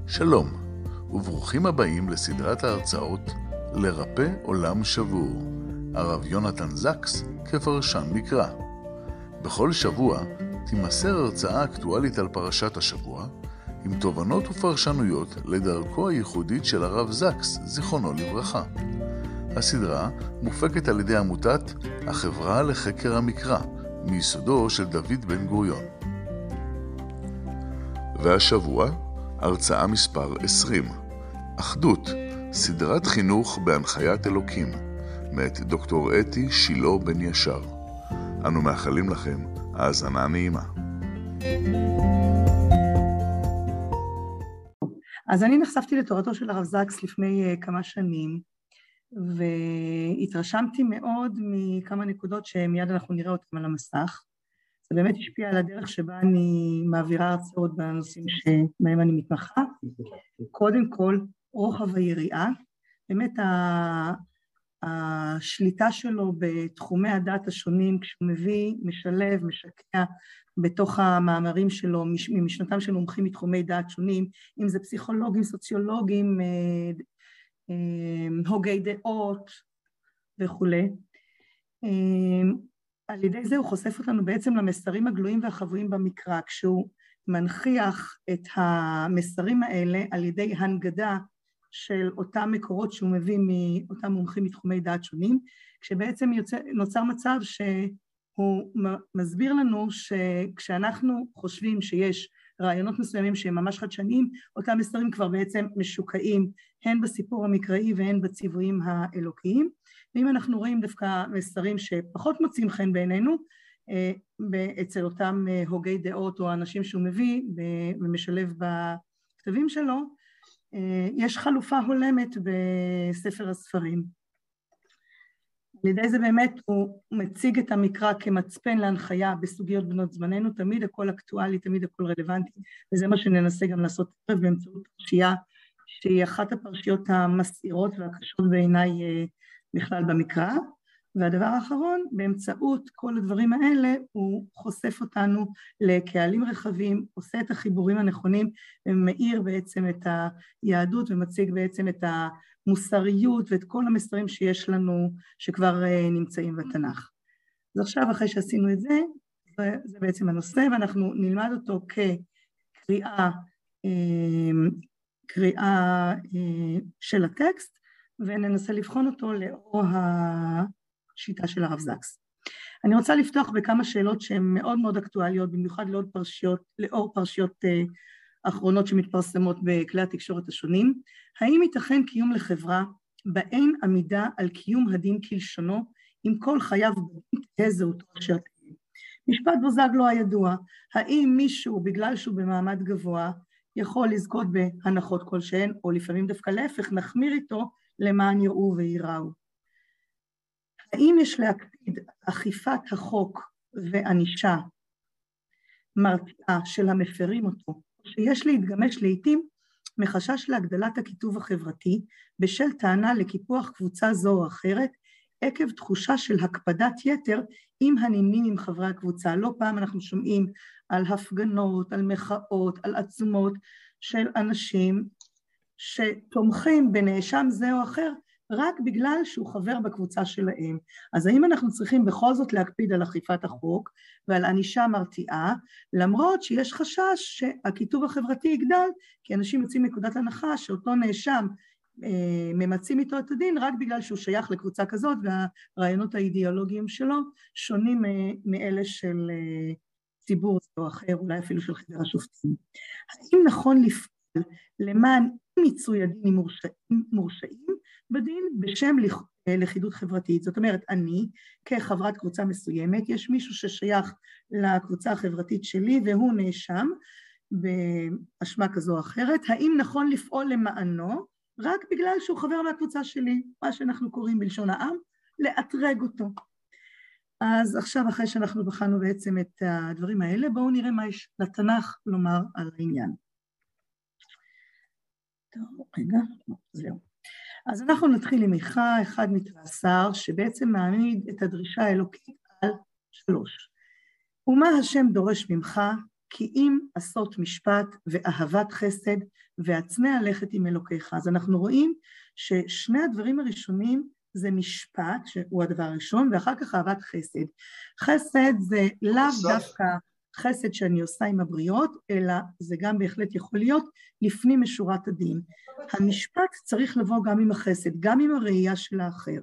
שלום, וברוכים הבאים לסדרת ההרצאות לרפא עולם שבור, הרב יונתן זקס כפרשן מקרא. בכל שבוע תימסר הרצאה אקטואלית על פרשת השבוע, עם תובנות ופרשנויות לדרכו הייחודית של הרב זקס, זיכרונו לברכה. הסדרה מופקת על ידי עמותת החברה לחקר המקרא, מיסודו של דוד בן גוריון. והשבוע, הרצאה מספר 20, אחדות, סדרת חינוך בהנחיית אלוקים, מאת דוקטור אתי שילה בן ישר. אנו מאחלים לכם האזנה נעימה. אז אני נחשפתי לתורתו של הרב זקס לפני כמה שנים, והתרשמתי מאוד מכמה נקודות שמיד אנחנו נראה אותם על המסך. זה באמת השפיע על הדרך שבה אני מעבירה הרצאות בנושאים שבהם אני מתמחה. קודם כל, רוחב היריעה, באמת השליטה שלו בתחומי הדת השונים, כשהוא מביא, משלב, משקע בתוך המאמרים שלו, ממשנתם של מומחים מתחומי דת שונים, אם זה פסיכולוגים, סוציולוגים, הוגי דעות וכו'. על ידי זה הוא חושף אותנו בעצם למסרים הגלויים והחבויים במקרא, כשהוא מנחיח את המסרים האלה על ידי הנגדה של אותם מקורות שהוא מביא מאותם מומחים מתחומי דעת שונים, כשבעצם נוצר מצב שהוא מסביר לנו שכשאנחנו חושבים שיש רעיונות מסוימים שהם ממש חדשניים, אותם מסרים כבר בעצם משוקעים הן בסיפור המקראי והן בציוויים האלוקיים. ואם אנחנו רואים דווקא מסרים שפחות מוצאים חן בעינינו, אצל אותם הוגי דעות או אנשים שהוא מביא ומשלב בכתבים שלו, יש חלופה הולמת בספר הספרים. על ידי זה באמת הוא מציג את המקרא כמצפן להנחיה בסוגיות בנות זמננו, תמיד הכל אקטואלי, תמיד הכל רלוונטי, וזה מה שננסה גם לעשות באמצעות פרשייה, שהיא אחת הפרשיות המסעירות והקשות בעיניי בכלל במקרא. והדבר האחרון, באמצעות כל הדברים האלה, הוא חושף אותנו לקהלים רחבים, עושה את החיבורים הנכונים, ומאיר בעצם את היהדות, ומציג בעצם את המוסריות, ואת כל המסרים שיש לנו, שכבר נמצאים בתנ"ך. אז עכשיו, אחרי שעשינו את זה, זה בעצם הנושא, ואנחנו נלמד אותו קריאה של הטקסט, וננסה לבחון אותו לאור השיטה של הרב זקס. אני רוצה לפתוח בכמה שאלות שהן מאוד מאוד אקטואליות, במיוחד לאור פרשיות אחרונות שמתפרסמות בכלי התקשורת השונים. האם ייתכן קיום לחברה באין עמידה על קיום הדין כלשונו, עם כל חייו תהא זהותו אשר תהיה? משפט בוזגלו הידוע, האם מישהו בגלל שהוא במעמד גבוה יכול לזכות בהנחות כלשהן, או לפעמים דווקא להפך, נחמיר איתו למען יראו ויראו? האם יש להקפיד אכיפת החוק וענישה מרתיעה של המפרים אותו, שיש להתגמש לעתים מחשש להגדלת הכיתוב החברתי בשל טענה לקיפוח קבוצה זו או אחרת, עקב תחושה של הקפדת יתר עם הנמנים עם חברי הקבוצה? לא פעם אנחנו שומעים על הפגנות, על מחאות, על עצומות של אנשים שתומכים בנאשם זה או אחר, רק בגלל שהוא חבר בקבוצה שלהם. אז האם אנחנו צריכים בכל זאת להקפיד על אכיפת החוק ועל ענישה מרתיעה, למרות שיש חשש שהכיתוב החברתי יגדל, כי אנשים יוצאים מנקודת הנחה שאותו נאשם ממצים איתו את הדין, רק בגלל שהוא שייך לקבוצה כזאת, והרעיונות האידיאולוגיים שלו שונים מאלה של ציבור או אחר, אולי אפילו של חבר השופטים. האם נכון לפעול למען מיצוי הדין מורשעים בדין בשם לכידות חברתית? זאת אומרת, אני כחברת קבוצה מסוימת, יש מישהו ששייך לקבוצה החברתית שלי והוא נאשם באשמה כזו או אחרת, האם נכון לפעול למענו רק בגלל שהוא חבר מהקבוצה שלי, מה שאנחנו קוראים בלשון העם, לאתרג אותו? אז עכשיו, אחרי שאנחנו בחנו בעצם את הדברים האלה, בואו נראה מה יש לתנ"ך לומר על העניין. טוב, רגע, זהו. אז אנחנו נתחיל עם איכה, אחד מתרס"ר, שבעצם מעמיד את הדרישה האלוקית על 3. ומה השם דורש ממך, כי אם עשות משפט ואהבת חסד והצנע ללכת עם אלוקיך. אז אנחנו רואים ששני הדברים הראשונים זה משפט, שהוא הדבר הראשון, ואחר כך אהבת חסד. חסד זה לאו דווקא חסד שאני עושה עם הבריות, אלא זה גם בהחלט יכול להיות לפנים משורת הדין. המשפט צריך לבוא גם עם החסד, גם עם הראייה של האחר.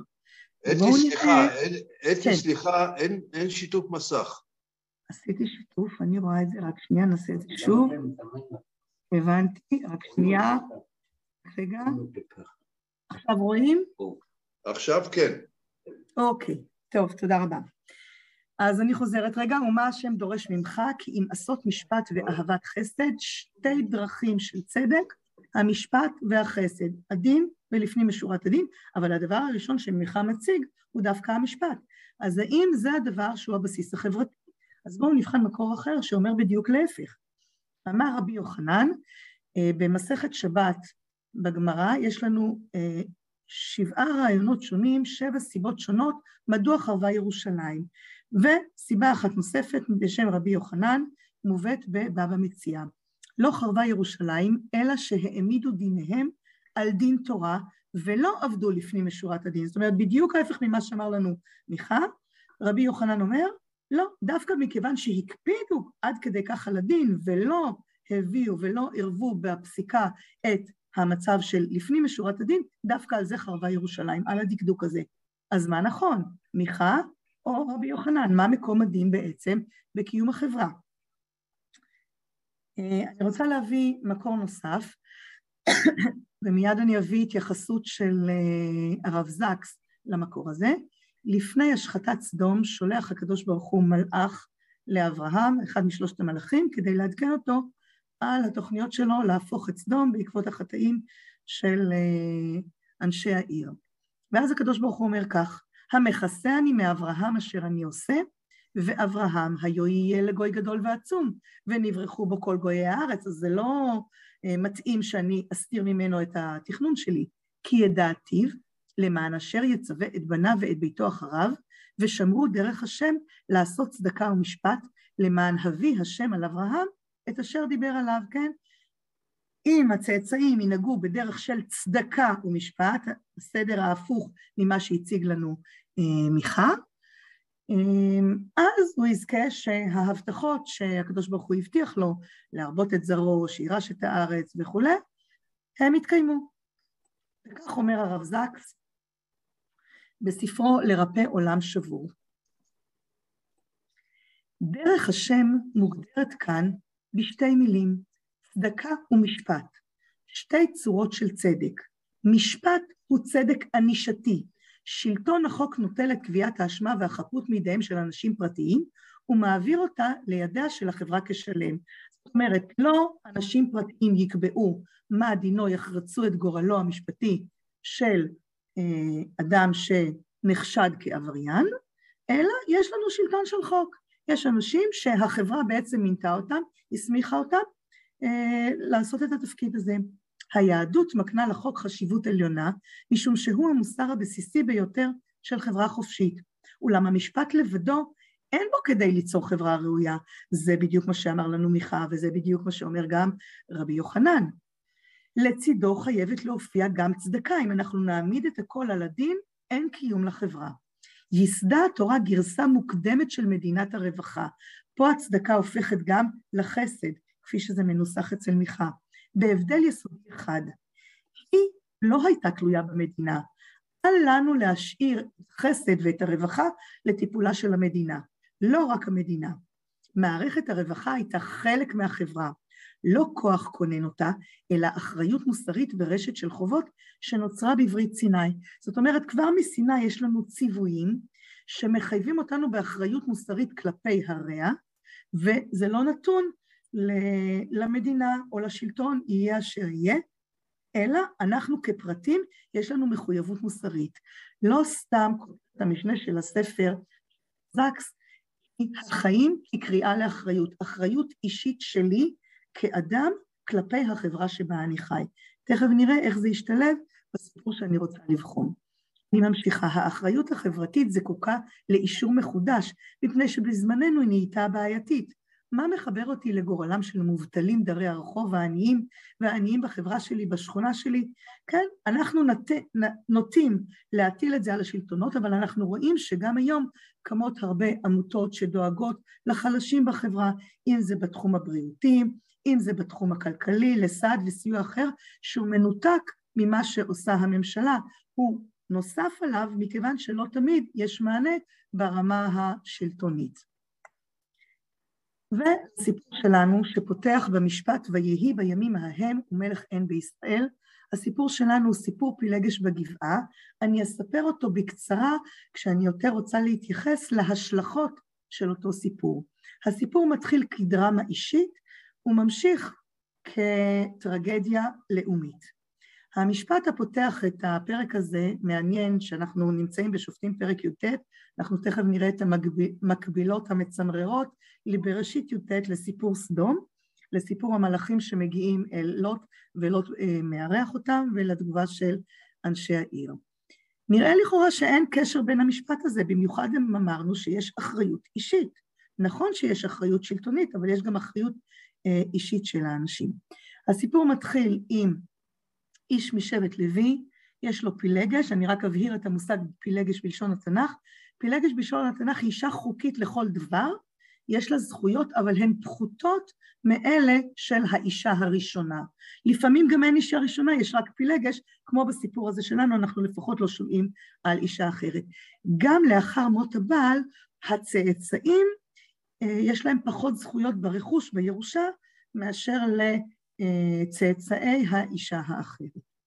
אתי, סליחה, אין שיתוף מסך. עשיתי שיתוף, אני רואה את זה, רק שנייה, נעשה את זה שוב. הבנתי, רק שנייה. רגע. עכשיו רואים? עכשיו כן. אוקיי, טוב, תודה רבה. אז אני חוזרת רגע, ומה השם דורש ממך, כי אם עשות משפט ואהבת חסד, שתי דרכים של צדק, המשפט והחסד, הדין ולפנים משורת הדין, אבל הדבר הראשון שממך מציג הוא דווקא המשפט. אז האם זה הדבר שהוא הבסיס החברתי? אז בואו נבחן מקור אחר שאומר בדיוק להפך. אמר רבי יוחנן, במסכת שבת בגמרא יש לנו 7 רעיונות שונים, 7 סיבות שונות, מדוע חרבה ירושלים. וסיבה אחת נוספת בשם רבי יוחנן מובאת בבבא מציעא. לא חרבה ירושלים, אלא שהעמידו דיניהם על דין תורה, ולא עבדו לפנים משורת הדין. זאת אומרת, בדיוק ההפך ממה שאמר לנו מיכה, רבי יוחנן אומר, לא, דווקא מכיוון שהקפידו עד כדי כך על הדין, ולא הביאו ולא ערבו בפסיקה את המצב של לפנים משורת הדין, דווקא על זה חרבה ירושלים, על הדקדוק הזה. אז מה נכון? מיכה או רבי יוחנן? מה מקום הדין בעצם בקיום החברה? אני רוצה להביא מקור נוסף, ומיד אני אביא התייחסות של הרב זקס למקור הזה. לפני השחטת סדום שולח הקדוש ברוך הוא מלאך לאברהם, אחד משלושת המלאכים, כדי לעדכן אותו על התוכניות שלו להפוך את סדום בעקבות החטאים של אנשי העיר. ואז הקדוש ברוך הוא אומר כך, המכסה אני מאברהם אשר אני עושה, ואברהם היו יהיה לגוי גדול ועצום, ונברחו בו כל גויי הארץ, אז זה לא מתאים שאני אסתיר ממנו את התכנון שלי, כי ידעתיו למען אשר יצווה את בניו ואת ביתו אחריו, ושמרו דרך השם לעשות צדקה ומשפט, למען הביא השם על אברהם את אשר דיבר עליו, כן? אם הצאצאים ינהגו בדרך של צדקה ומשפט, הסדר ההפוך ממה שהציג לנו מיכה, אז הוא יזכה שההבטחות שהקדוש ברוך הוא הבטיח לו, להרבות את זרעו, שירש את הארץ וכו', הם יתקיימו. וכך אומר הרב זקס, בספרו לרפא עולם שבור. דרך השם מוגדרת כאן בשתי מילים, צדקה ומשפט, שתי צורות של צדק. משפט הוא צדק ענישתי, שלטון החוק נוטל את קביעת האשמה והחפות מידיהם של אנשים פרטיים, ומעביר אותה לידיה של החברה כשלם. זאת אומרת, לא אנשים פרטיים יקבעו מה דינו, יחרצו את גורלו המשפטי של אדם שנחשד כעבריין, אלא יש לנו שלטון של חוק. יש אנשים שהחברה בעצם מינתה אותם, הסמיכה אותם לעשות את התפקיד הזה. היהדות מקנה לחוק חשיבות עליונה, משום שהוא המוסר הבסיסי ביותר של חברה חופשית. אולם המשפט לבדו אין בו כדי ליצור חברה ראויה. זה בדיוק מה שאמר לנו מיכה, וזה בדיוק מה שאומר גם רבי יוחנן. לצידו חייבת להופיע גם צדקה. אם אנחנו נעמיד את הכל על הדין, אין קיום לחברה. ייסדה התורה גרסה מוקדמת של מדינת הרווחה. פה הצדקה הופכת גם לחסד, כפי שזה מנוסח אצל מיכה. בהבדל יסודי אחד, היא לא הייתה תלויה במדינה, אל לנו להשאיר את החסד ואת הרווחה לטיפולה של המדינה, לא רק המדינה. מערכת הרווחה הייתה חלק מהחברה, לא כוח כונן אותה, אלא אחריות מוסרית ורשת של חובות שנוצרה בברית סיני. זאת אומרת, כבר מסיני יש לנו ציוויים שמחייבים אותנו באחריות מוסרית כלפי הרע, וזה לא נתון למדינה או לשלטון יהיה אשר יהיה, אלא אנחנו כפרטים יש לנו מחויבות מוסרית. לא סתם המשנה של הספר זקס, החיים היא קריאה לאחריות, אחריות אישית שלי כאדם כלפי החברה שבה אני חי. תכף נראה איך זה ישתלב בסיפור שאני רוצה לבחון. אני ממשיכה, האחריות החברתית זקוקה לאישור מחודש, מפני שבזמננו היא נהייתה בעייתית. מה מחבר אותי לגורלם של מובטלים דרי הרחוב והעניים בחברה שלי, בשכונה שלי? כן, אנחנו נוטים להטיל את זה על השלטונות, אבל אנחנו רואים שגם היום קמות הרבה עמותות שדואגות לחלשים בחברה, אם זה בתחום הבריאותי, אם זה בתחום הכלכלי, לסעד וסיוע אחר, שהוא מנותק ממה שעושה הממשלה, הוא נוסף עליו מכיוון שלא תמיד יש מענה ברמה השלטונית. והסיפור שלנו שפותח במשפט ויהי בימים ההם ומלך אין בישראל, הסיפור שלנו הוא סיפור פילגש בגבעה, אני אספר אותו בקצרה כשאני יותר רוצה להתייחס להשלכות של אותו סיפור. הסיפור מתחיל כדרמה אישית וממשיך כטרגדיה לאומית. המשפט הפותח את הפרק הזה מעניין שאנחנו נמצאים בשופטים פרק י"ט, אנחנו תכף נראה את המקבילות המצמררות לבראשית י"ט לסיפור סדום, לסיפור המלאכים שמגיעים אל לוט ולוט מארח אותם ולתגובה של אנשי העיר. נראה לכאורה שאין קשר בין המשפט הזה, במיוחד אם אמרנו שיש אחריות אישית. נכון שיש אחריות שלטונית, אבל יש גם אחריות אישית של האנשים. הסיפור מתחיל עם איש משבט לוי, יש לו פילגש, אני רק אבהיר את המושג פילגש בלשון התנ"ך, פילגש בלשון התנ"ך היא אישה חוקית לכל דבר, יש לה זכויות, אבל הן פחותות מאלה של האישה הראשונה. לפעמים גם אין אישה ראשונה, יש רק פילגש, כמו בסיפור הזה שלנו, אנחנו לפחות לא שומעים על אישה אחרת. גם לאחר מות הבעל, הצאצאים, יש להם פחות זכויות ברכוש, בירושה, מאשר לצאצאי האישה האחרת.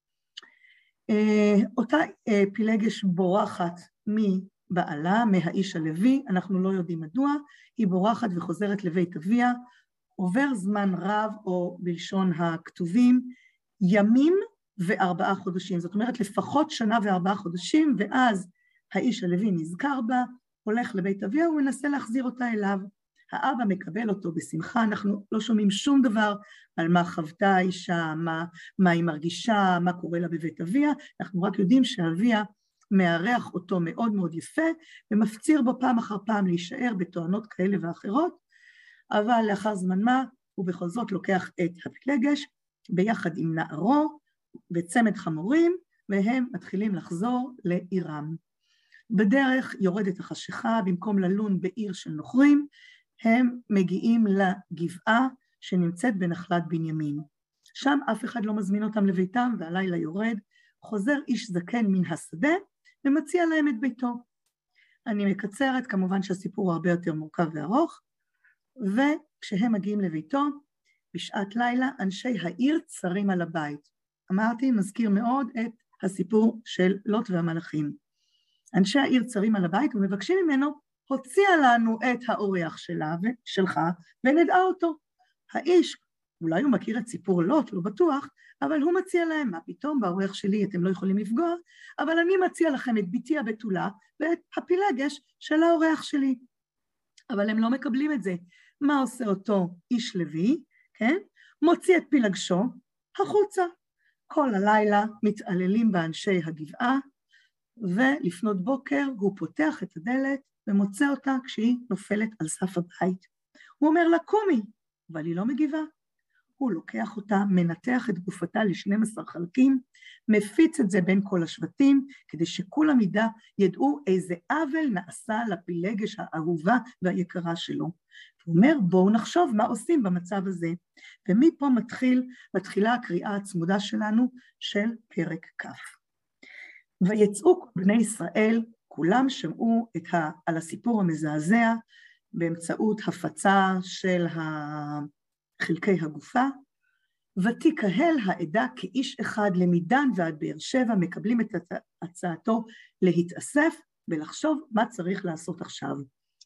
אותה פילגש בורחת מבעלה, מהאיש הלוי, אנחנו לא יודעים מדוע, היא בורחת וחוזרת לבית אביה, עובר זמן רב, או בלשון הכתובים, ימים ו4 חודשים, זאת אומרת לפחות 1 ו4 חודשים, ואז האיש הלוי נזכר בה, הולך לבית אביה ומנסה להחזיר אותה אליו. האבא מקבל אותו בשמחה, אנחנו לא שומעים שום דבר על מה חוותה האישה, מה היא מרגישה, מה קורה לה בבית אביה, אנחנו רק יודעים שאביה מארח אותו מאוד מאוד יפה, ומפציר בו פעם אחר פעם להישאר בתואנות כאלה ואחרות, אבל לאחר זמן מה הוא בכל זאת לוקח את הפילגש ביחד עם נערו וצמד חמורים, והם מתחילים לחזור לעירם. בדרך יורדת החשיכה, במקום ללון בעיר של נוכרים, הם מגיעים לגבעה שנמצאת בנחלת בנימין. שם אף אחד לא מזמין אותם לביתם, והלילה יורד, חוזר איש זקן מן השדה, ומציע להם את ביתו. אני מקצרת, כמובן שהסיפור הרבה יותר מורכב וארוך, וכשהם מגיעים לביתו, בשעת לילה, אנשי העיר צרים על הבית. אמרתי, מזכיר מאוד את הסיפור של לוט והמלאכים. אנשי העיר צרים על הבית ומבקשים ממנו, הוציע לנו את האורח שלך ונדע אותו. האיש, אולי הוא מכיר את סיפור לוט, לא בטוח, אבל הוא מציע להם, מה פתאום באורח שלי אתם לא יכולים לפגוע, אבל אני מציע לכם את ביתי הבתולה ואת הפילגש של האורח שלי. אבל הם לא מקבלים את זה. מה עושה אותו איש לוי? כן? מוציא את פילגשו החוצה. כל הלילה מתעללים באנשי הגבעה, ולפנות בוקר הוא פותח את הדלת ומוצא אותה כשהיא נופלת על סף הבית. הוא אומר לה, קומי, אבל היא לא מגיבה. הוא לוקח אותה, מנתח את גופתה ל12 חלקים, מפיץ את זה בין כל השבטים, כדי שכולם ידעו איזה עוול נעשה לפילגש האהובה והיקרה שלו. הוא אומר, בואו נחשוב מה עושים במצב הזה. ומפה מתחילה הקריאה הצמודה שלנו של פרק כ'. ויצאו כל בני ישראל, כולם שמעו על הסיפור המזעזע, באמצעות הפצה של חלקי הגופה, ותיקהל העדה כאיש אחד למדן ועד באר שבע, מקבלים את הצעתו להתאסף ולחשוב מה צריך לעשות עכשיו.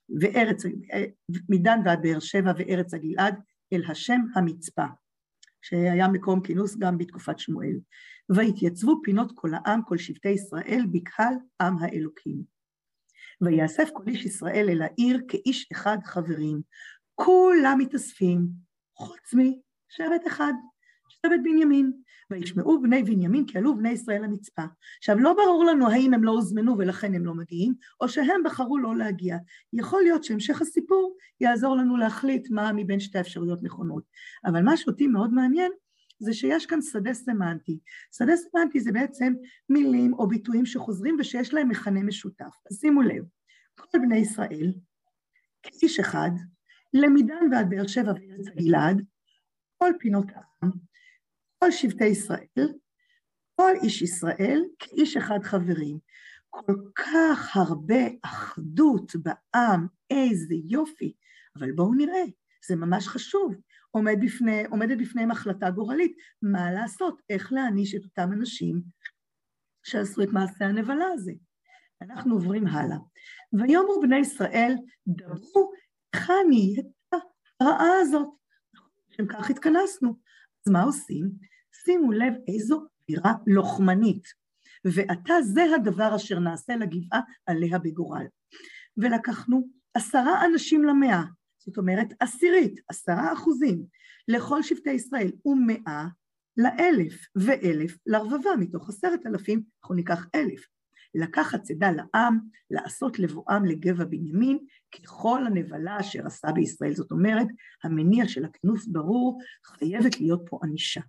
מדן ועד באר שבע וארץ הגלעד אל השם המצפה, שהיה מקום כינוס גם בתקופת שמואל. והתייצבו פינות כל העם, כל שבטי ישראל, בקהל עם האלוקים. ויאסף כל איש ישראל אל העיר כאיש אחד חברים. כולם מתאספים, חוץ משבט אחד, שבט בנימין, וישמעו בני בנימין כי עלו בני ישראל למצפה. עכשיו לא ברור לנו האם הם לא הוזמנו ולכן הם לא מגיעים, או שהם בחרו לא להגיע. יכול להיות שהמשך הסיפור יעזור לנו להחליט מה מבין שתי אפשרויות נכונות. אבל מה שאותי מאוד מעניין, זה שיש כאן שדה סמנטי. שדה סמנטי זה בעצם מילים או ביטויים שחוזרים ושיש להם מכנה משותף. אז שימו לב, כל בני ישראל, כאיש אחד, למדן ועד באר שבע וארץ הגלעד, כל פינות העם, כל שבטי ישראל, כל איש ישראל, כאיש אחד חברים. כל כך הרבה אחדות בעם, איזה יופי. אבל בואו נראה, זה ממש חשוב. עומדת בפניהם החלטה גורלית, מה לעשות, איך להעניש את אותם אנשים שעשו את מעשה הנבלה הזה. אנחנו עוברים הלאה. ויאמרו בני ישראל, דברו, היכן נהיית הרעה הזאת? לשם כך התכנסנו. אז מה עושים? שימו לב איזו אווירה לוחמנית. ועתה זה הדבר אשר נעשה לגבעה עליה בגורל. ולקחנו 10 אנשים ל100, זאת אומרת 10%, לכל שבטי ישראל, ו100 ל1000, ו1000 לרבבה, מתוך 10,000, אנחנו ניקח 1000. לקחת צידה לעם, לעשות לבואם לגבע בנימין, ככל הנבלה אשר עשה בישראל. זאת אומרת, המניע של הכינוס ברור, חייבת להיות פה ענישה.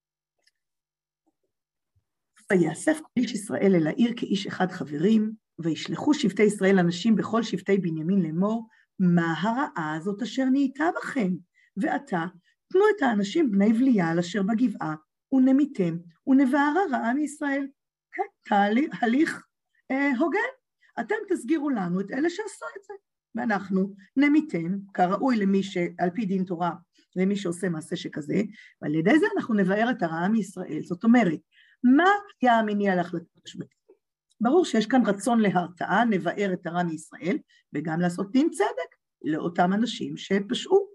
ויאסף כל איש ישראל אל העיר כאיש אחד חברים, וישלחו שבטי ישראל אנשים בכל שבטי בנימין לאמור, מה הרעה הזאת אשר נהייתה בכם? ועתה, תנו את האנשים בני בליעל אשר בגבעה, ונמיתם, ונבערה רעה מישראל. כן, הליך הוגן. אתם תסגירו לנו את אלה שעשו את זה, ואנחנו נמיתם, כראוי למי שעל פי דין תורה, למי שעושה מעשה שכזה, ועל ידי זה אנחנו נבער את הרעה מישראל. זאת אומרת, מה היה המניע להחלטת השבטים? ברור שיש כאן רצון להרתעה, נבער את הרע מישראל, וגם לעשות דין צדק לאותם אנשים שפשעו.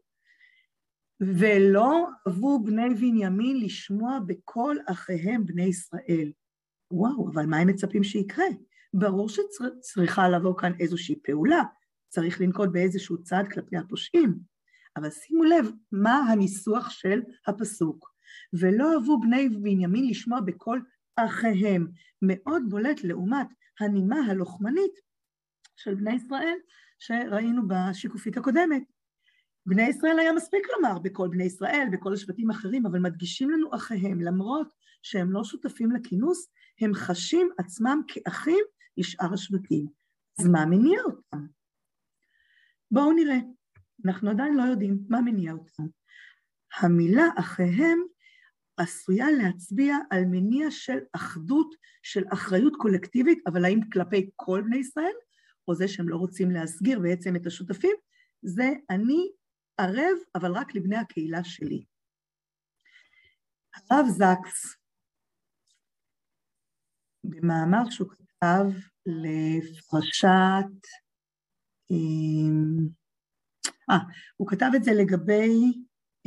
ולא אהבו בני בנימין לשמוע בכל אחיהם בני ישראל. וואו, אבל מה הם מצפים שיקרה? ברור שצריכה לבוא כאן איזושהי פעולה, צריך לנקוט באיזשהו צעד כלפי הפושעים, אבל שימו לב מה הניסוח של הפסוק. ולא אהבו בני בנימין לשמוע בכל אחיהם, מאוד בולט לעומת הנימה הלוחמנית של בני ישראל שראינו בשיקופית הקודמת. בני ישראל היה מספיק לומר בכל בני ישראל, בכל השבטים האחרים, אבל מדגישים לנו אחיהם, למרות שהם לא שותפים לכינוס, הם חשים עצמם כאחים לשאר השבטים. אז מה מניע אותם? בואו נראה, אנחנו עדיין לא יודעים מה מניע אותם. המילה אחיהם עשויה להצביע על מניע של אחדות, של אחריות קולקטיבית, אבל האם כלפי כל בני ישראל, או זה שהם לא רוצים להסגיר בעצם את השותפים, זה אני ערב, אבל רק לבני הקהילה שלי. הרב זקס, במאמר שהוא כתב לפרשת, הוא כתב את זה לגבי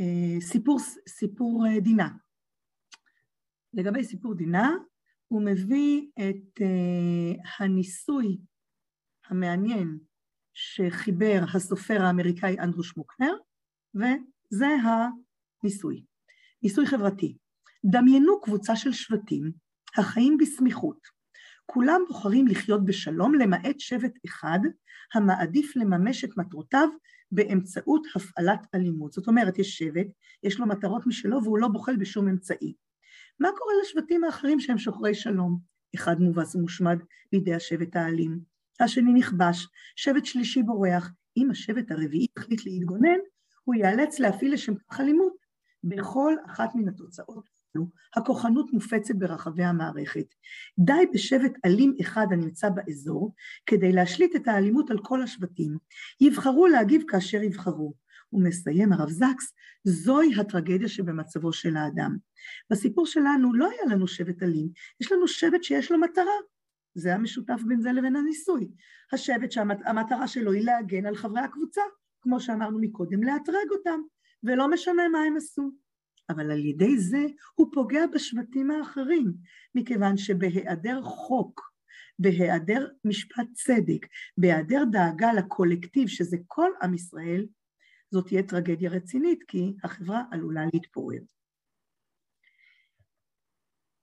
סיפור דינה. לגבי סיפור דינה, הוא מביא את הניסוי המעניין שחיבר הסופר האמריקאי אנדרו שמוקנר, וזה הניסוי. ניסוי חברתי. דמיינו קבוצה של שבטים החיים בסמיכות. כולם בוחרים לחיות בשלום למעט שבט אחד המעדיף לממש את מטרותיו באמצעות הפעלת אלימות. זאת אומרת, יש שבט, יש לו מטרות משלו והוא לא בוחל בשום אמצעי. מה קורה לשבטים האחרים שהם שוחרי שלום? אחד מובס ומושמד בידי השבט האלים, השני נכבש, שבט שלישי בורח. אם השבט הרביעי החליט להתגונן, הוא ייאלץ להפעיל לשם כך אלימות. בכל אחת מן התוצאות האלו, הכוחנות מופצת ברחבי המערכת. די בשבט אלים אחד הנמצא באזור, כדי להשליט את האלימות על כל השבטים. יבחרו להגיב כאשר יבחרו. ומסיים הרב זקס, זוהי הטרגדיה שבמצבו של האדם. בסיפור שלנו לא היה לנו שבט אלים, יש לנו שבט שיש לו מטרה. זה המשותף בין זה לבין הניסוי. השבט שהמטרה שלו היא להגן על חברי הקבוצה, כמו שאמרנו מקודם, לאתרג אותם, ולא משנה מה הם עשו. אבל על ידי זה הוא פוגע בשבטים האחרים, מכיוון שבהיעדר חוק, בהיעדר משפט צדק, בהיעדר דאגה לקולקטיב, שזה כל עם ישראל, זאת תהיה טרגדיה רצינית, כי החברה עלולה להתפורר.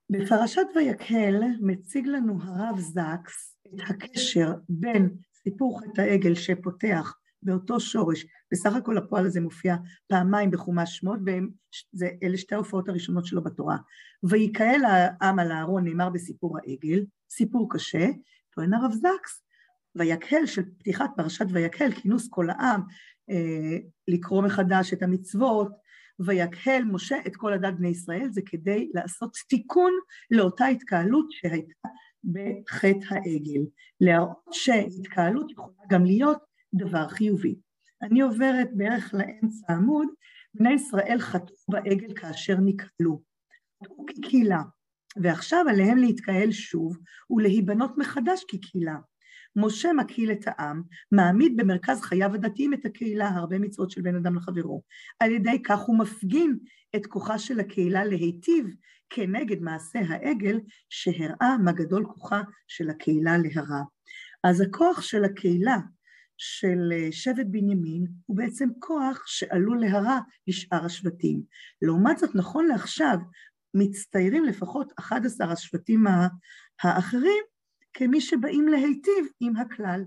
בפרשת ויקהל מציג לנו הרב זקס את הקשר בין סיפור חטא העגל שפותח באותו שורש, בסך הכל הפועל הזה מופיע פעמיים בחומש שמות, ואלה שתי ההופעות הראשונות שלו בתורה. ויקהל העם על הארון נאמר בסיפור העגל, סיפור קשה, טוען הרב זקס, ויקהל של פתיחת פרשת ויקהל, כינוס כל העם, לקרוא מחדש את המצוות, ויקהל משה את כל עדת בני ישראל, זה כדי לעשות תיקון לאותה התקהלות שהייתה בחטא העגל, להראות שהתקהלות יכולה גם להיות דבר חיובי. אני עוברת בערך לאמצע העמוד, בני ישראל חטאו בעגל כאשר נקהלו, חטאו כקהילה, ועכשיו עליהם להתקהל שוב ולהיבנות מחדש כקהילה. משה מקהיל את העם, מעמיד במרכז חייו הדתיים את הקהילה, הרבה מצוות של בן אדם לחברו. על ידי כך הוא מפגין את כוחה של הקהילה להיטיב כנגד מעשה העגל, שהראה מה גדול כוחה של הקהילה להרע. אז הכוח של הקהילה של שבט בנימין הוא בעצם כוח שעלול להרע לשאר השבטים. לעומת זאת, נכון לעכשיו, מצטיירים לפחות 11 השבטים האחרים, כמי שבאים להיטיב עם הכלל.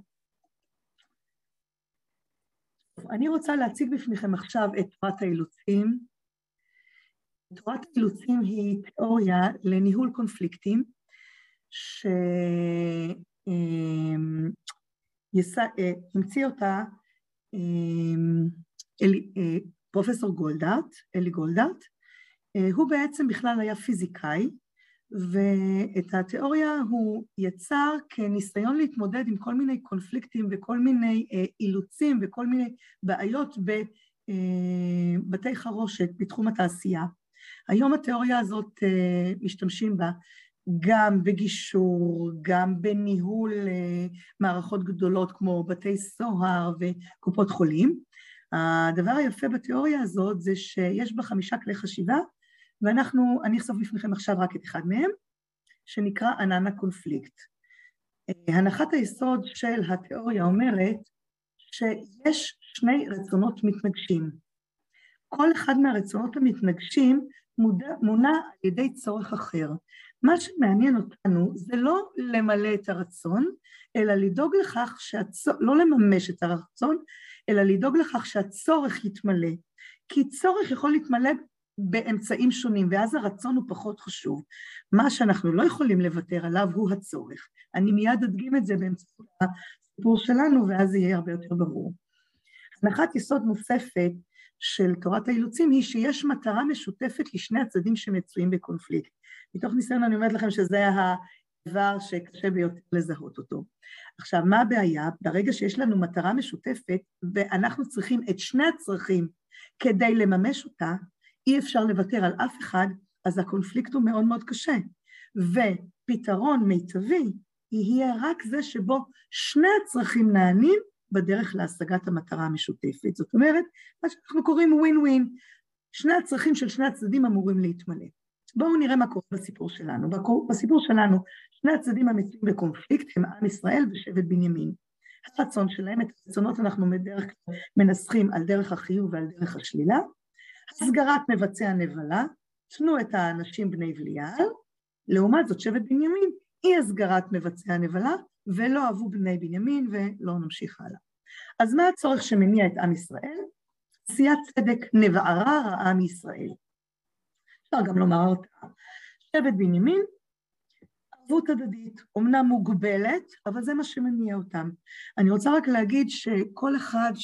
אני רוצה להציג בפניכם עכשיו את תורת האילוצים. תורת האילוצים היא תיאוריה לניהול קונפליקטים, שהמציא אותה פרופסור גולדהרט, אלי גולדהרט. הוא בעצם בכלל היה פיזיקאי, ואת התיאוריה הוא יצר כניסיון להתמודד עם כל מיני קונפליקטים וכל מיני אילוצים וכל מיני בעיות בבתי חרושת בתחום התעשייה. היום התיאוריה הזאת משתמשים בה גם בגישור, גם בניהול מערכות גדולות כמו בתי סוהר וקופות חולים. הדבר היפה בתיאוריה הזאת זה שיש בה 5 כלי חשיבה, ואני אחשוף בפניכם עכשיו רק את אחד מהם, שנקרא ענן הקונפליקט. הנחת היסוד של התיאוריה אומרת שיש 2 רצונות מתנגשים. כל אחד מהרצונות המתנגשים מונע על ידי צורך אחר. מה שמעניין אותנו זה לא למלא את הרצון, אלא לדאוג לכך, לא לממש את הרצון, אלא לדאוג לכך שהצורך יתמלא. כי צורך יכול להתמלא באמצעים שונים, ואז הרצון הוא פחות חשוב. מה שאנחנו לא יכולים לוותר עליו הוא הצורך. אני מיד אדגים את זה באמצעות הסיפור שלנו, ואז זה יהיה הרבה יותר ברור. הנחת יסוד נוספת של תורת האילוצים היא שיש מטרה משותפת לשני הצדדים שמצויים בקונפליקט. מתוך ניסיון אני אומרת לכם שזה הדבר שקשה ביותר לזהות אותו. עכשיו, מה הבעיה? ברגע שיש לנו מטרה משותפת, ואנחנו צריכים את שני הצרכים כדי לממש אותה, אי אפשר לוותר על אף אחד, אז הקונפליקט הוא מאוד מאוד קשה. ופתרון מיטבי יהיה רק זה שבו שני הצרכים נענים בדרך להשגת המטרה המשותפת. זאת אומרת, מה שאנחנו קוראים ווין ווין, שני הצרכים של שני הצדדים אמורים להתמלא. בואו נראה מה קורה בסיפור שלנו. בסיפור שלנו, שני הצדדים המצויים בקונפליקט הם עם ישראל ושבט בנימין. הרצון שלהם, את הרצונות אנחנו בדרך כלל מנסחים על דרך החיוב ועל דרך השלילה. הסגרת מבצע נבלה, תנו את האנשים בני בליעל, לעומת זאת שבט בנימין, אי הסגרת מבצע נבלה, ולא אהבו בני בנימין ולא נמשיך הלאה. אז מה הצורך שמניע את עם ישראל? עשיית צדק נבערה רעה מישראל. אפשר גם לומר אותה, שבט בנימין, ערבות הדדית, אומנם מוגבלת, אבל זה מה שמניע אותם. אני רוצה רק להגיד שכל אחד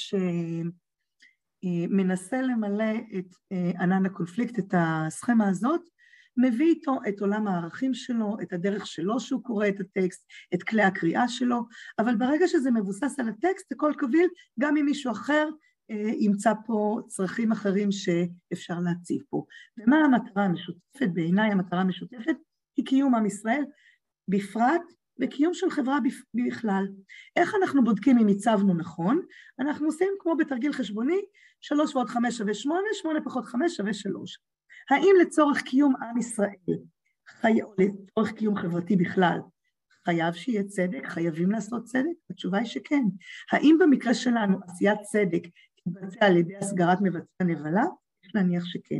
שמנסה למלא את ענן הקונפליקט, את הסכמה הזאת, מביא איתו את עולם הערכים שלו, את הדרך שלו שהוא קורא את הטקסט, את כלי הקריאה שלו, אבל ברגע שזה מבוסס על הטקסט, הכל קביל, גם אם מישהו אחר ימצא פה צרכים אחרים שאפשר להציב פה. ומה המטרה המשותפת? בעיניי המטרה המשותפת היא קיום עם ישראל בפרט, וקיום של חברה בכלל. איך אנחנו בודקים אם הצבנו נכון? אנחנו עושים כמו בתרגיל חשבוני, 3 ועוד 5 שווה 8, 8 פחות 5 שווה 3. האם לצורך קיום עם ישראל, או לצורך קיום חברתי בכלל, חייב שיהיה צדק? חייבים לעשות צדק? התשובה היא שכן. האם במקרה שלנו עשיית צדק תתבצע על ידי הסגרת מבצע נבלה? יש להניח שכן.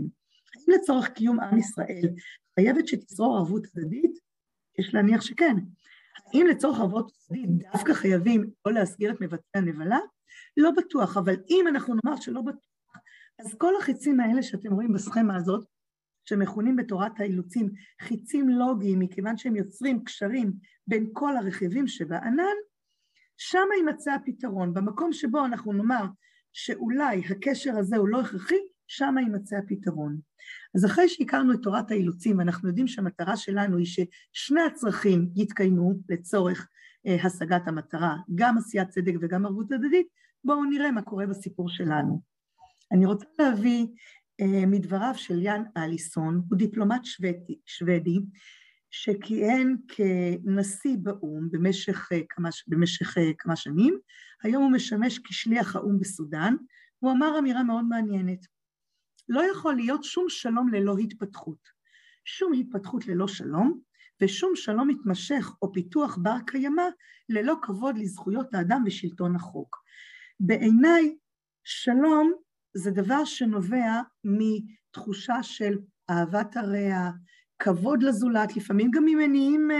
האם לצורך קיום עם ישראל חייבת שתשרור ערבות הדדית? יש להניח שכן. האם לצורך ערבות הדדית דווקא חייבים לא להסגיר את מבצעי הנבלה? לא בטוח, אבל אם אנחנו נאמר שלא בטוח, אז כל החיצים האלה שאתם רואים בסכמה הזאת, שמכונים בתורת האילוצים חיצים לוגיים, מכיוון שהם יוצרים קשרים בין כל הרכיבים שבענן, שם יימצא הפתרון. במקום שבו אנחנו נאמר שאולי הקשר הזה הוא לא הכרחי, שם יימצא הפתרון. אז אחרי שהכרנו את תורת האילוצים, אנחנו יודעים שהמטרה שלנו היא ששני הצרכים יתקיימו לצורך השגת המטרה, גם עשיית צדק וגם ערבות הדדית. בואו נראה מה קורה בסיפור שלנו. אני רוצה להביא מדבריו של יאן אליסון, הוא דיפלומט שוודי, שכיהן כנשיא באום במשך כמה שנים. היום הוא משמש כשליח האום בסודאן, הוא אמר אמירה מאוד מעניינת. לא יכול להיות שום שלום ללא התפתחות, שום התפתחות ללא שלום, ושום שלום מתמשך או פיתוח בר קיימא ללא כבוד לזכויות האדם ושלטון החוק. בעיניי שלום זה דבר שנובע מתחושה של אהבת הרע, כבוד לזולת, לפעמים גם ממניעים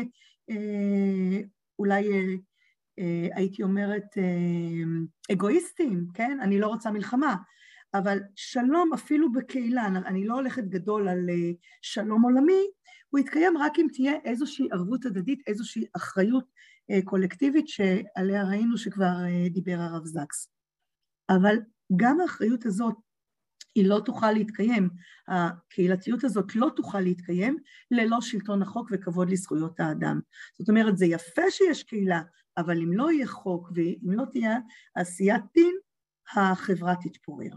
אולי הייתי אומרת אגואיסטים, כן? אני לא רוצה מלחמה, אבל שלום אפילו בקהילה, אני לא הולכת גדול על שלום עולמי, הוא יתקיים רק אם תהיה איזושהי ערבות הדדית, איזושהי אחריות קולקטיבית שעליה ראינו שכבר דיבר הרב זקס. אבל גם האחריות הזאת היא לא תוכל להתקיים, הקהילתיות הזאת לא תוכל להתקיים ללא שלטון החוק וכבוד לזכויות האדם. זאת אומרת, זה יפה שיש קהילה, אבל אם לא יהיה חוק ואם לא תהיה עשיית דין, החברה תתפורר.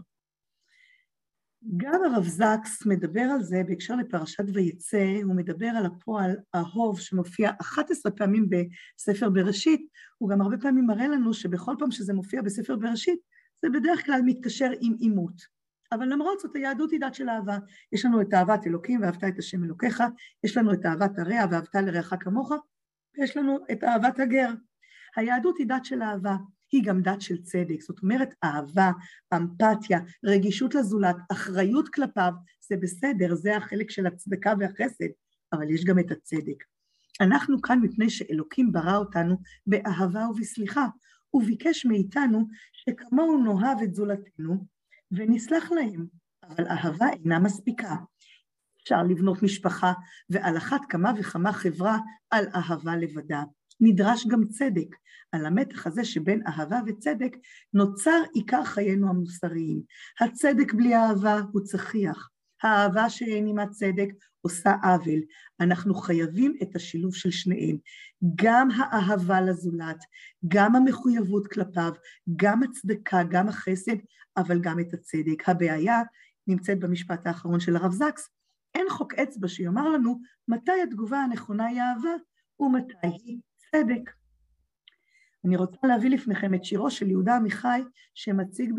גם הרב זקס מדבר על זה בהקשר לפרשת ויצא, הוא מדבר על הפועל אהוב שמופיע 11 פעמים בספר בראשית, הוא גם הרבה פעמים מראה לנו שבכל פעם שזה מופיע בספר בראשית, זה בדרך כלל מתקשר עם אימות. אבל למרות זאת, היהדות היא דת של אהבה. יש לנו את אהבת אלוקים, ואהבת את השם אלוקיך, יש לנו את אהבת הרע, ואהבת לרעך כמוך, ויש לנו את אהבת הגר. היהדות היא דת של אהבה, היא גם דת של צדק. זאת אומרת, אהבה, אמפתיה, רגישות לזולת, אחריות כלפיו, זה בסדר, זה החלק של הצדקה והחסד, אבל יש גם את הצדק. אנחנו כאן מפני שאלוקים ברא אותנו באהבה ובסליחה, וביקש מאיתנו שכמוהו נאהב את זולתנו, ונסלח להם, אבל אהבה אינה מספיקה. אפשר לבנות משפחה, ועל אחת כמה וכמה חברה על אהבה לבדה. נדרש גם צדק. על המתח הזה שבין אהבה וצדק, נוצר עיקר חיינו המוסריים. הצדק בלי אהבה הוא צחיח. האהבה שאין עימה צדק עושה עוול. אנחנו חייבים את השילוב של שניהם. גם האהבה לזולת, גם המחויבות כלפיו, גם הצדקה, גם החסד, אבל גם את הצדק. הבעיה נמצאת במשפט האחרון של הרב זקס. אין חוק אצבע שיאמר לנו מתי התגובה הנכונה היא אהבה ומתי היא צדק. אני רוצה להביא לפניכם את שירו של יהודה עמיחי, שמציג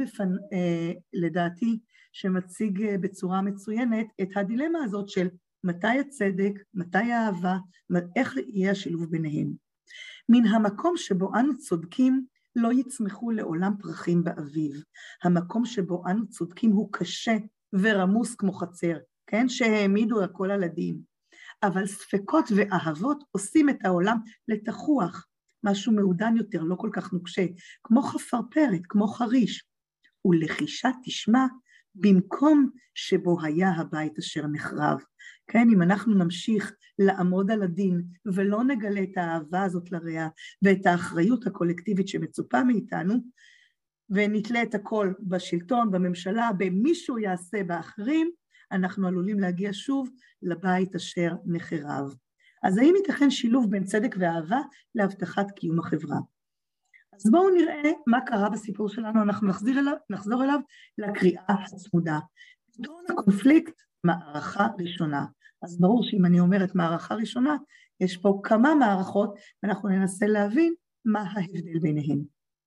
לדעתי, שמציג בצורה מצוינת את הדילמה הזאת של מתי הצדק, מתי האהבה, איך יהיה השילוב ביניהם. מן המקום שבו אנו צודקים, לא יצמחו לעולם פרחים באביב. המקום שבו אנו צודקים הוא קשה ורמוס כמו חצר, כן? שהעמידו הכל על הדין. אבל ספקות ואהבות עושים את העולם לתחוח, משהו מעודן יותר, לא כל כך נוקשה, כמו חפרפרת, כמו חריש. ולחישה תשמע במקום שבו היה הבית אשר נחרב. כן, אם אנחנו נמשיך לעמוד על הדין ולא נגלה את האהבה הזאת לרע ואת האחריות הקולקטיבית שמצופה מאיתנו, ונתלה את הכל בשלטון, בממשלה, במישהו יעשה באחרים, אנחנו עלולים להגיע שוב לבית אשר נחרב. אז האם ייתכן שילוב בין צדק ואהבה להבטחת קיום החברה? אז בואו נראה מה קרה בסיפור שלנו, אנחנו נחזור אליו לקריאה הצמודה. פתרון הקונפליקט, מערכה ראשונה. אז ברור שאם אני אומרת מערכה ראשונה, יש פה כמה מערכות, ואנחנו ננסה להבין מה ההבדל ביניהן.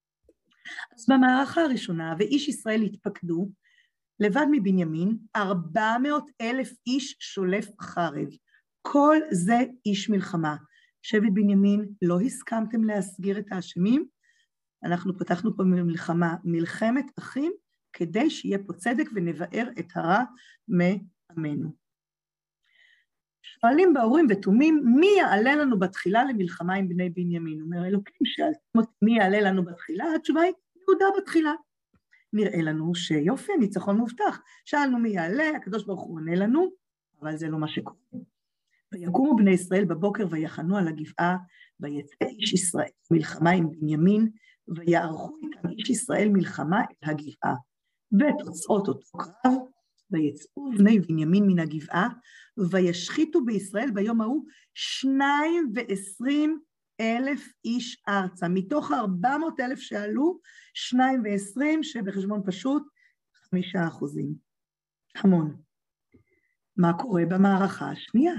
אז במערכה הראשונה, ואיש ישראל התפקדו, לבד מבנימין, 400,000 איש שולף חרב. כל זה איש מלחמה. שבט בנימין, לא הסכמתם להסגיר את האשמים, אנחנו פתחנו פה מלחמה, מלחמת אחים, כדי שיהיה פה צדק ונבער את הרע עמנו. שואלים באורים ותומים, מי יעלה לנו בתחילה למלחמה עם בני בנימין? אומר אלוקים, שאלתם אותי מי יעלה לנו בתחילה? התשובה היא, יהודה בתחילה. נראה לנו שיופי, ניצחון מובטח. שאלנו מי יעלה, הקדוש ברוך הוא עונה לנו, אבל זה לא מה שקורה. ויקומו בני ישראל בבוקר ויחנו על הגבעה, ויצא איש ישראל מלחמה עם בנימין, ויערכו איתם איש ישראל מלחמה אל הגבעה. ותוצאות אותו קרב, ויצאו בני בנימין מן הגבעה, וישחיתו בישראל ביום ההוא 22,000 איש ארצה. מתוך 400,000 שעלו, 22,000 שבחשבון פשוט 5%. המון. מה קורה במערכה השנייה?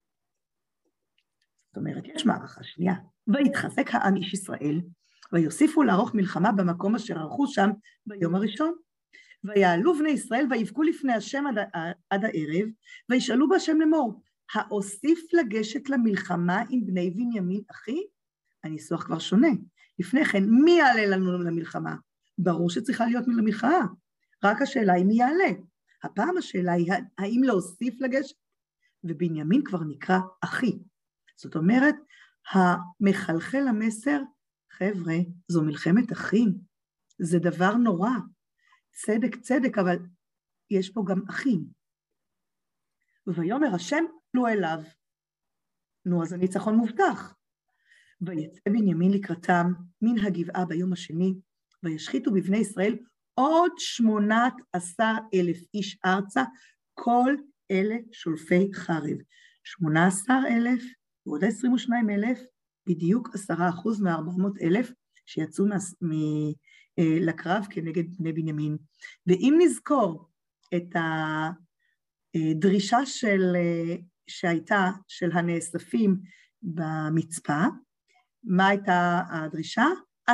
זאת אומרת, יש מערכה שנייה. ויתחזק העם איש ישראל, ויוסיפו לערוך מלחמה במקום אשר ערכו שם ביום הראשון. ויעלו בני ישראל ויבכו לפני השם עד הערב, וישאלו בהשם לאמור, האוסיף לגשת למלחמה עם בני בנימין אחי? הניסוח כבר שונה. לפני כן, מי יעלה לנו למלחמה? ברור שצריכה להיות למלחמה. רק השאלה היא מי יעלה. הפעם השאלה היא האם להוסיף לגשת? ובנימין כבר נקרא אחי. זאת אומרת, המחלחל המסר, חבר'ה, זו מלחמת אחים. זה דבר נורא. צדק צדק, אבל יש פה גם אחים. ויאמר השם עלו אליו. נו, אז הניצחון מובטח. ויצא בנימין לקראתם מן הגבעה ביום השני, וישחיתו בבני ישראל עוד 18,000 איש ארצה, כל אלה שולפי חרב. 18,000 ועוד 22,000, בדיוק 10% מ-400,000 שיצאו לקרב כנגד בני בנימין. ואם נזכור את הדרישה שהייתה של הנאספים במצפה, מה הייתה הדרישה? 10%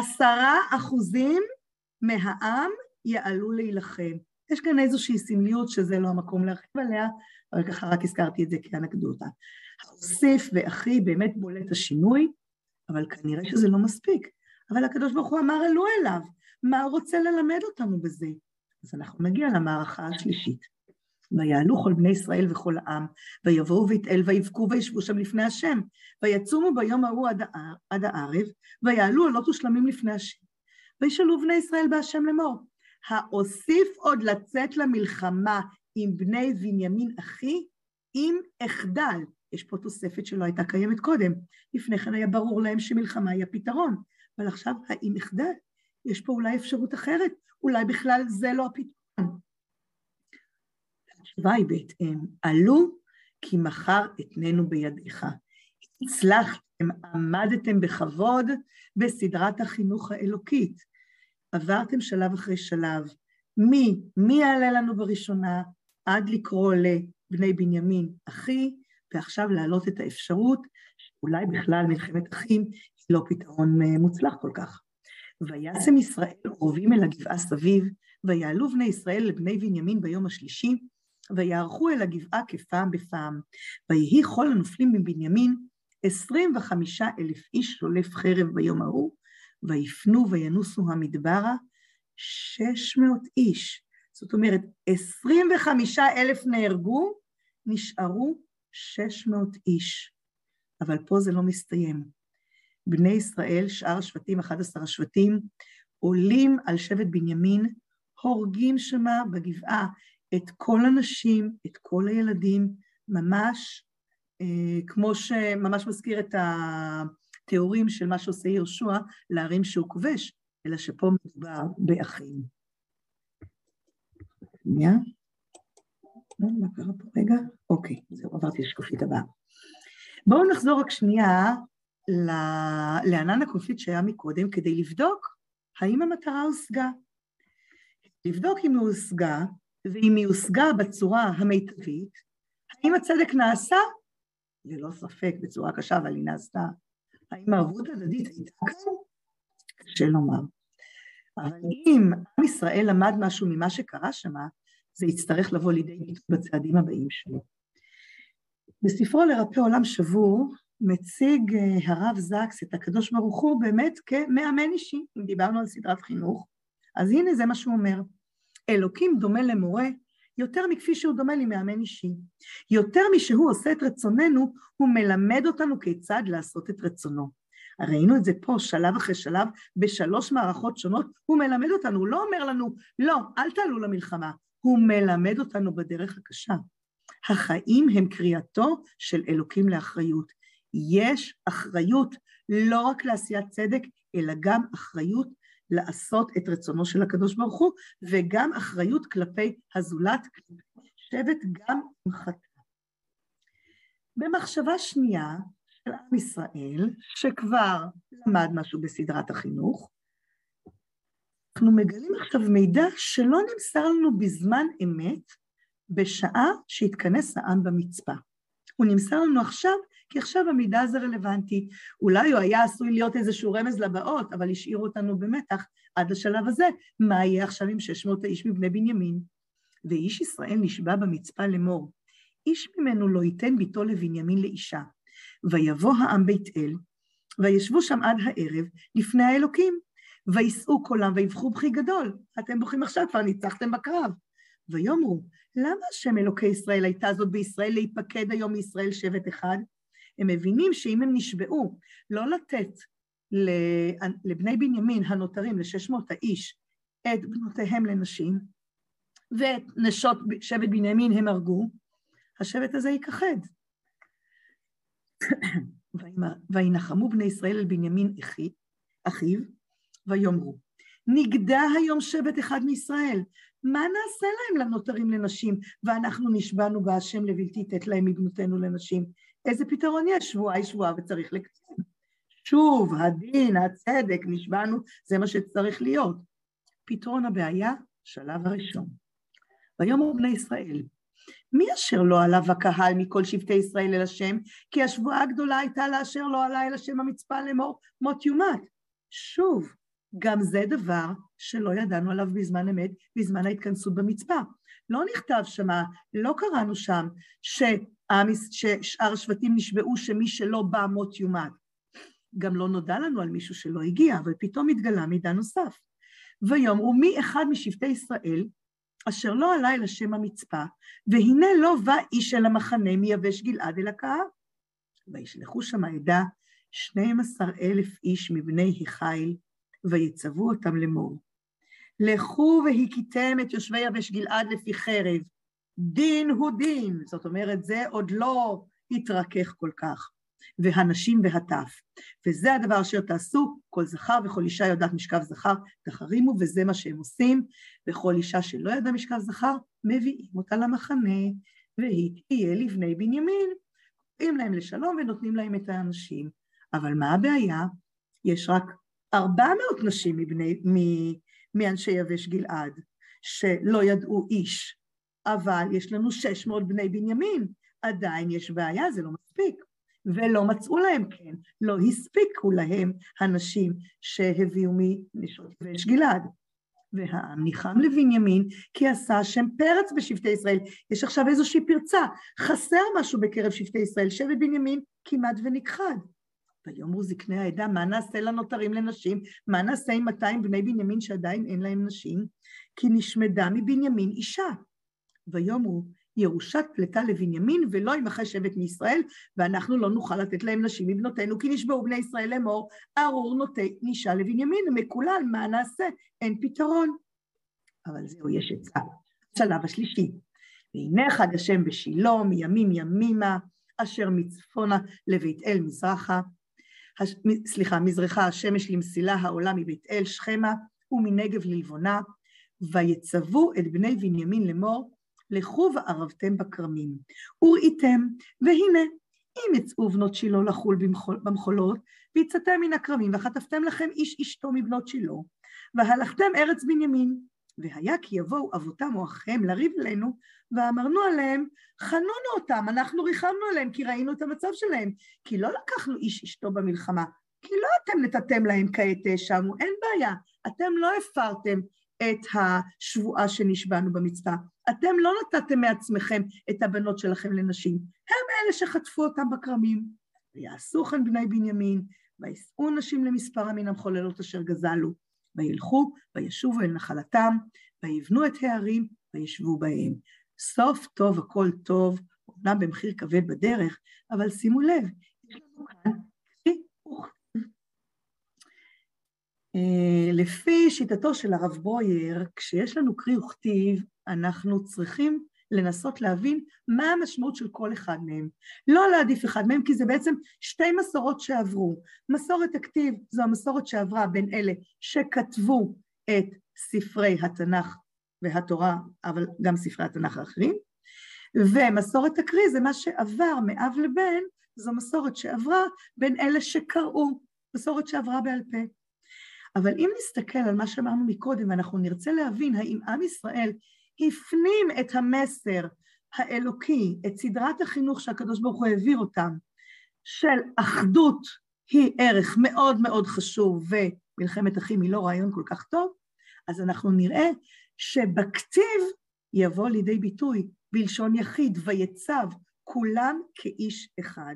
מהעם יעלו להילחם. יש כאן איזושהי סמליות שזה לא המקום להרחיב עליה, אבל ככה רק הזכרתי את זה כאנקדוטה. האוסיף ואחי באמת בולט השינוי, אבל כנראה שזה לא מספיק. אבל הקדוש ברוך הוא אמר עלו אליו, מה הוא רוצה ללמד אותנו בזה? אז אנחנו נגיע למערכה השלישית. ויעלו כל בני ישראל וכל העם, ויבואו ויתאל ויבכו וישבו שם לפני השם, ויצומו ביום ההוא עד הערב, ויעלו עלות ושלמים לפני השם. וישאלו בני ישראל בהשם לאמור, האוסיף עוד לצאת למלחמה עם בני בנימין אחי, אם אחדל. יש פה תוספת שלא הייתה קיימת קודם. לפני כן היה ברור להם שמלחמה היא הפתרון, אבל עכשיו האם אחדל? יש פה אולי אפשרות אחרת, אולי בכלל זה לא הפתרון. התשובה היא בהתאם, עלו כי מחר אתננו בידיך. הצלחתם, עמדתם בכבוד בסדרת החינוך האלוקית. עברתם שלב אחרי שלב. מי יעלה לנו בראשונה עד לקרוא לבני בנימין אחי, ועכשיו להעלות את האפשרות שאולי בכלל מלחמת אחים היא לא פתרון מוצלח כל כך. וישם ישראל קרובים אל הגבעה סביב, ויעלו בני ישראל לבני בנימין ביום השלישי, ויערכו אל הגבעה כפעם בפעם. ויהי כל הנופלים מבנימין 25,000 איש שולף חרב ביום ההוא, ויפנו וינוסו המדברה 600 איש. זאת אומרת, 25,000 נהרגו, נשארו 600 איש. אבל פה זה לא מסתיים. בני ישראל, שאר השבטים, 11 השבטים, עולים על שבט בנימין, הורגים שמה בגבעה את כל הנשים, את כל הילדים, ממש, כמו שממש מזכיר את התיאורים של מה שעושה יהושע, לערים שהוא כובש, אלא שפה מדובר באחים. שנייה. מה קרה פה רגע? אוקיי, זהו, עברתי לשקופית הבאה. בואו נחזור רק שנייה לענן הקונפליקט שהיה מקודם, כדי לבדוק האם המטרה הושגה. לבדוק אם היא הושגה, ואם היא הושגה בצורה המיטבית, האם הצדק נעשה? ללא ספק, בצורה קשה, אבל היא נעשתה. האם הערבות הדדית הייתה כאן? קשה לומר. אבל אם עם ישראל למד משהו ממה שקרה שמה, זה יצטרך לבוא לידי ביטוי בצעדים הבאים שלו. בספרו לרפא עולם שבור, מציג הרב זקס את הקדוש ברוך הוא באמת כמאמן אישי. אם דיברנו על סדרת חינוך, אז הנה זה מה שהוא אומר. אלוקים דומה למורה, יותר מכפי שהוא דומה לי מאמן אישי. יותר משהוא עושה את רצוננו, הוא מלמד אותנו כיצד לעשות את רצונו. ראינו את זה פה שלב אחרי שלב, בשלוש מערכות שונות, הוא מלמד אותנו, הוא לא אומר לנו, לא, אל תעלו למלחמה, הוא מלמד אותנו בדרך הקשה. החיים הם קריאתו של אלוקים לאחריות. יש אחריות לא רק לעשיית צדק, אלא גם אחריות לעשות את רצונו של הקדוש ברוך הוא, וגם אחריות כלפי הזולת, שבט גם עם חטא. במחשבה שנייה של עם ישראל, שכבר למד משהו בסדרת החינוך, אנחנו מגלים עכשיו מידע שלא נמסר לנו בזמן אמת, בשעה שהתכנס העם במצפה. הוא נמסר לנו עכשיו, כי עכשיו המידע הזה רלוונטי. אולי הוא היה עשוי להיות איזשהו רמז לבאות, אבל השאירו אותנו במתח עד השלב הזה, מה יהיה עכשיו עם 600 האיש מבני בנימין? ואיש ישראל נשבע במצפה לאמור, איש ממנו לא ייתן ביתו לבנימין לאישה, ויבוא העם בית אל, וישבו שם עד הערב לפני האלוקים, ויסעו קולם ויבחו בכי גדול. אתם בוכים עכשיו, כבר ניצחתם בקרב. ויאמרו, למה השם אלוקי ישראל הייתה זאת בישראל להיפקד היום מישראל שבט אחד? הם מבינים שאם הם נשבעו לא לתת לבני בנימין הנותרים ל600 האיש את בנותיהם לנשים, ואת נשות שבט בנימין הם הרגו, השבט הזה ייכחד. וינחמו בני ישראל אל בנימין אחיו, ויאמרו, נגדע היום שבט אחד מישראל, מה נעשה להם לנותרים לנשים, ואנחנו נשבענו בהשם לבלתי תת להם מבנותינו לנשים? איזה פתרון יש? שבועה היא שבועה וצריך לקיים. שוב, הדין, הצדק, נשבענו, זה מה שצריך להיות. פתרון הבעיה, שלב הראשון. ויאמרו בני ישראל, מי אשר לא עליו הקהל מכל שבטי ישראל אל השם, כי השבועה הגדולה הייתה לאשר לא עלה אל השם המצפה לאמור מות יומת. שוב, גם זה דבר שלא ידענו עליו בזמן אמת, בזמן ההתכנסות במצפה. לא נכתב שמה, לא קראנו שם ששאר השבטים נשבעו שמי שלא בא מות יומת. גם לא נודע לנו על מישהו שלא הגיע, אבל פתאום התגלה מידע נוסף. ויאמרו מי אחד משבטי ישראל, אשר לא עלה אל השם המצפה, והנה לא בא איש אל המחנה מיבש גלעד אל הקהל. וישלחו שם העדה 12,000 איש מבני החיל, ויצוו אותם לאמור. לכו והכיתם את יושבי יבש גלעד לפי חרב, דין הוא דין, זאת אומרת זה עוד לא התרכך כל כך, והנשים והטף, וזה הדבר אשר תעשו, כל זכר וכל אישה יודעת משכב זכר, תחרימו, וזה מה שהם עושים, וכל אישה שלא ידעה משכב זכר, מביאים אותה למחנה, והיא תהיה לבני בנימין, קוראים להם לשלום ונותנים להם את האנשים. אבל מה הבעיה? יש רק 400 נשים מאנשי יבש גלעד, שלא ידעו איש, אבל יש לנו 600 בני בנימין, עדיין יש בעיה, זה לא מספיק, ולא מצאו להם כן, לא הספיקו להם הנשים שהביאו מנשות יבש גלעד. והעם ניחם לבנימין, כי עשה השם פרץ בשבטי ישראל. יש עכשיו איזושהי פרצה, חסר משהו בקרב שבטי ישראל, שבט בנימין כמעט ונכחד. ויאמרו זקני העדה, מה נעשה לנותרים לנשים? מה נעשה עם 200 בני בנימין שעדיין אין להם נשים? כי נשמדה מבנימין אישה. ויאמרו, ירושת פלטה לבנימין, ולא ימחה שבט מישראל, ואנחנו לא נוכל לתת להם נשים מבנותינו, כי נשבעו בני ישראל לאמור, ארור נוטה נישה לבנימין, מקולל, מה נעשה? אין פתרון. אבל זהו, יש עצה. שלב השלישי. והנה חג השם בשילה, מימים ימימה, אשר מצפונה לבית אל מזרחה, מזרחה השמש למסילה העולה מבית אל שכמה, ומנגב ללבונה, ויצוו את בני בנימין לאמור, לכו וערבתם בכרמים, וראיתם, והנה, אם יצאו בנות שילה לחול במחולות, ויצאתם מן הכרמים, וחטפתם לכם איש אשתו מבנות שילה, והלכתם ארץ בנימין, והיה כי יבואו אבותם או אחיהם לריב אלינו, ואמרנו עליהם, חנונו אותם, אנחנו ריחמנו עליהם, כי ראינו את המצב שלהם, כי לא לקחנו איש אשתו במלחמה, כי לא אתם נתתם להם כעת האשמנו, אין בעיה, אתם לא הפרתם את השבועה שנשבענו במצפה, אתם לא נתתם מעצמכם את הבנות שלכם לנשים, הם אלה שחטפו אותם בכרמים, ויעשו כן בני בנימין, ויסעו נשים למספר מן המחוללות אשר גזלו, וילכו וישובו אל נחלתם, ויבנו את הערים וישבו בהם. סוף טוב הכל טוב, אומנם במחיר כבד בדרך, אבל שימו לב, יש לנו כאן קרי וכתיב. לפי שיטתו של הרב ברויר, כשיש לנו קרי וכתיב, אנחנו צריכים לנסות להבין מה המשמעות של כל אחד מהם. לא להעדיף אחד מהם, כי זה בעצם שתי מסורות שעברו. מסורת הכתיב זו המסורת שעברה בין אלה שכתבו את ספרי התנ"ך והתורה, אבל גם ספרי התנ"ך האחרים, ומסורת הקריא זה מה שעבר מאב לבן, זו מסורת שעברה בין אלה שקראו, מסורת שעברה בעל פה. אבל אם נסתכל על מה שאמרנו מקודם, ואנחנו נרצה להבין האם עם ישראל הפנים את המסר האלוקי, את סדרת החינוך שהקדוש ברוך הוא העביר אותם, של אחדות היא ערך מאוד מאוד חשוב, ומלחמת אחים היא לא רעיון כל כך טוב, אז אנחנו נראה שבכתיב יבוא לידי ביטוי בלשון יחיד, ויצב כולם כאיש אחד.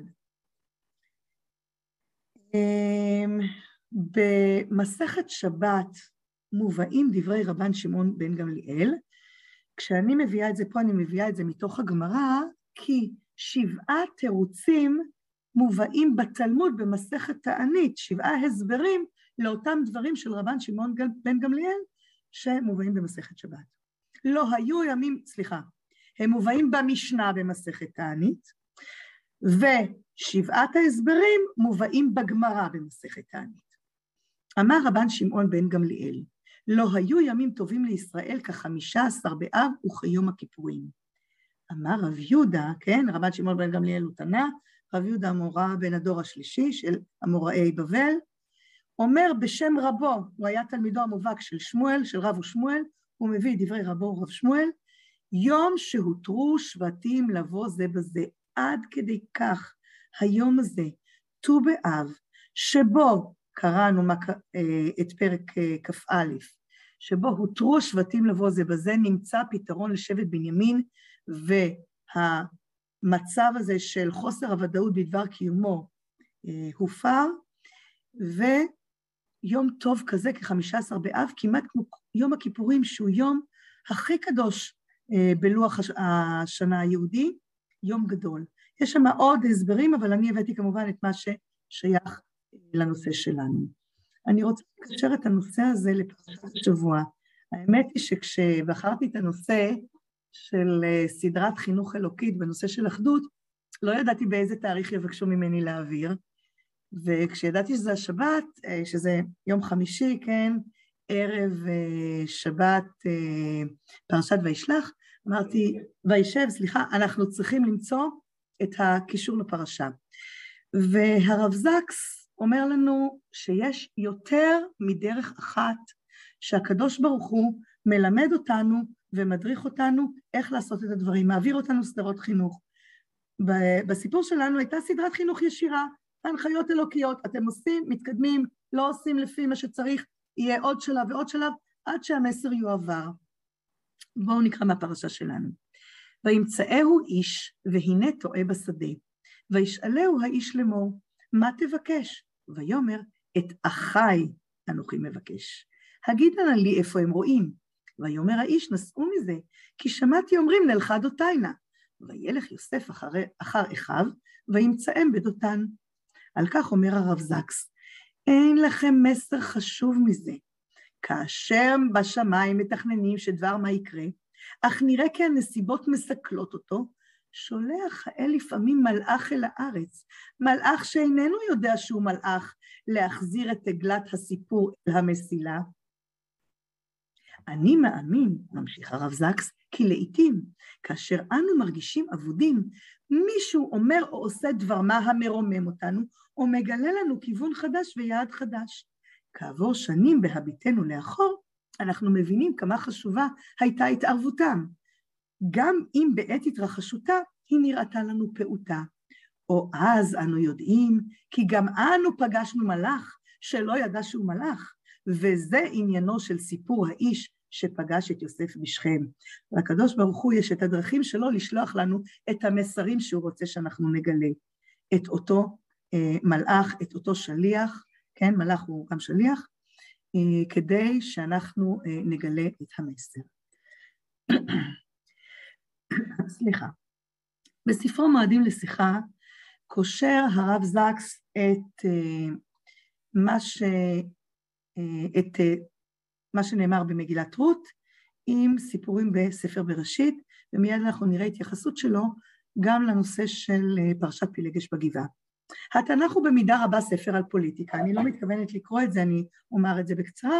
במסכת שבת מובאים דברי רבן שמעון בן גמליאל. כשאני מביאה את זה פה, אני מביאה את זה מתוך הגמרא, כי 7 תירוצים מובאים בתלמוד במסכת תענית, 7 הסברים לאותם דברים של רבן שמעון בן גמליאל, שמובאים במסכת שבת. לא היו ימים, סליחה, הם מובאים במשנה במסכת תענית, ו7 ההסברים מובאים בגמרא במסכת תענית. אמר רבן שמעון בן גמליאל, לא היו ימים טובים לישראל כ15 באב וכיום הכיפורים. אמר רב יהודה, כן, רבן שמעון בן גמליאל הוא תנא, רב יהודה אמורא בן הדור השלישי של אמוראי בבל, אומר בשם רבו, הוא היה תלמידו המובהק של שמואל, של רב ושמואל, הוא מביא דברי רבו רב שמואל, יום שהותרו שבטים לבוא זה בזה, עד כדי כך היום הזה, ט"ו באב, שבו קראנו את פרק כ"א, שבו הותרו השבטים לבוא זה בזה, נמצא פתרון לשבט בנימין, והמצב הזה של חוסר הוודאות בדבר קיומו הופר, ויום טוב כזה כ15 באב, כמעט כמו יום הכיפורים, שהוא יום הכי קדוש בלוח השנה היהודי, יום גדול. יש שם עוד הסברים, אבל אני הבאתי כמובן את מה ששייך לנושא שלנו. אני רוצה לקשר את הנושא הזה לפרשת השבוע. האמת היא שכשבחרתי את הנושא של סדרת חינוך אלוקית בנושא של אחדות, לא ידעתי באיזה תאריך יבקשו ממני להעביר, וכשידעתי שזה השבת, שזה יום חמישי, כן, ערב שבת פרשת וישלח, אמרתי, וישב, סליחה, אנחנו צריכים למצוא את הקישור לפרשה. והרב זקס אומר לנו שיש יותר מדרך אחת שהקדוש ברוך הוא מלמד אותנו ומדריך אותנו איך לעשות את הדברים, מעביר אותנו סדרות חינוך. בסיפור שלנו הייתה סדרת חינוך ישירה, הנחיות אלוקיות, אתם עושים, מתקדמים, לא עושים לפי מה שצריך, יהיה עוד שלב ועוד שלב, עד שהמסר יועבר. בואו נקרא מהפרשה שלנו. וימצאהו איש, והנה טועה בשדה, וישאלהו האיש לאמור, מה תבקש? ויאמר, את אחי אנוכי מבקש. הגיד נא לי איפה הם רואים. ויאמר האיש, נסעו מזה, כי שמעתי אומרים נלכה דותיינה. וילך יוסף אחר אחיו, וימצאם בדותן. על כך אומר הרב זקס, אין לכם מסר חשוב מזה. כאשר בשמיים מתכננים שדבר מה יקרה, אך נראה כי הנסיבות מסכלות אותו, שולח האל לפעמים מלאך אל הארץ, מלאך שאיננו יודע שהוא מלאך, להחזיר את עגלת הסיפור אל המסילה. אני מאמין, ממשיך הרב זקס, כי לעתים, כאשר אנו מרגישים אבודים, מישהו אומר או עושה דבר מה המרומם אותנו, או מגלה לנו כיוון חדש ויעד חדש. כעבור שנים בהביטנו לאחור, אנחנו מבינים כמה חשובה הייתה התערבותם. גם אם בעת התרחשותה היא נראתה לנו פעוטה. או אז אנו יודעים כי גם אנו פגשנו מלאך שלא ידע שהוא מלאך, וזה עניינו של סיפור האיש שפגש את יוסף בשכם. והקדוש ברוך הוא יש את הדרכים שלו לשלוח לנו את המסרים שהוא רוצה שאנחנו נגלה. את אותו מלאך, את אותו שליח, כן, מלאך הוא גם שליח, כדי שאנחנו נגלה את המסר. סליחה. בספרו מועדים לשיחה, קושר הרב זקס את מה שנאמר במגילת רות, עם סיפורים בספר בראשית, ומיד אנחנו נראה התייחסות שלו גם לנושא של פרשת פילגש בגבעה. התנ"ך הוא במידה רבה ספר על פוליטיקה, אני לא מתכוונת לקרוא את זה, אני אומר את זה בקצרה.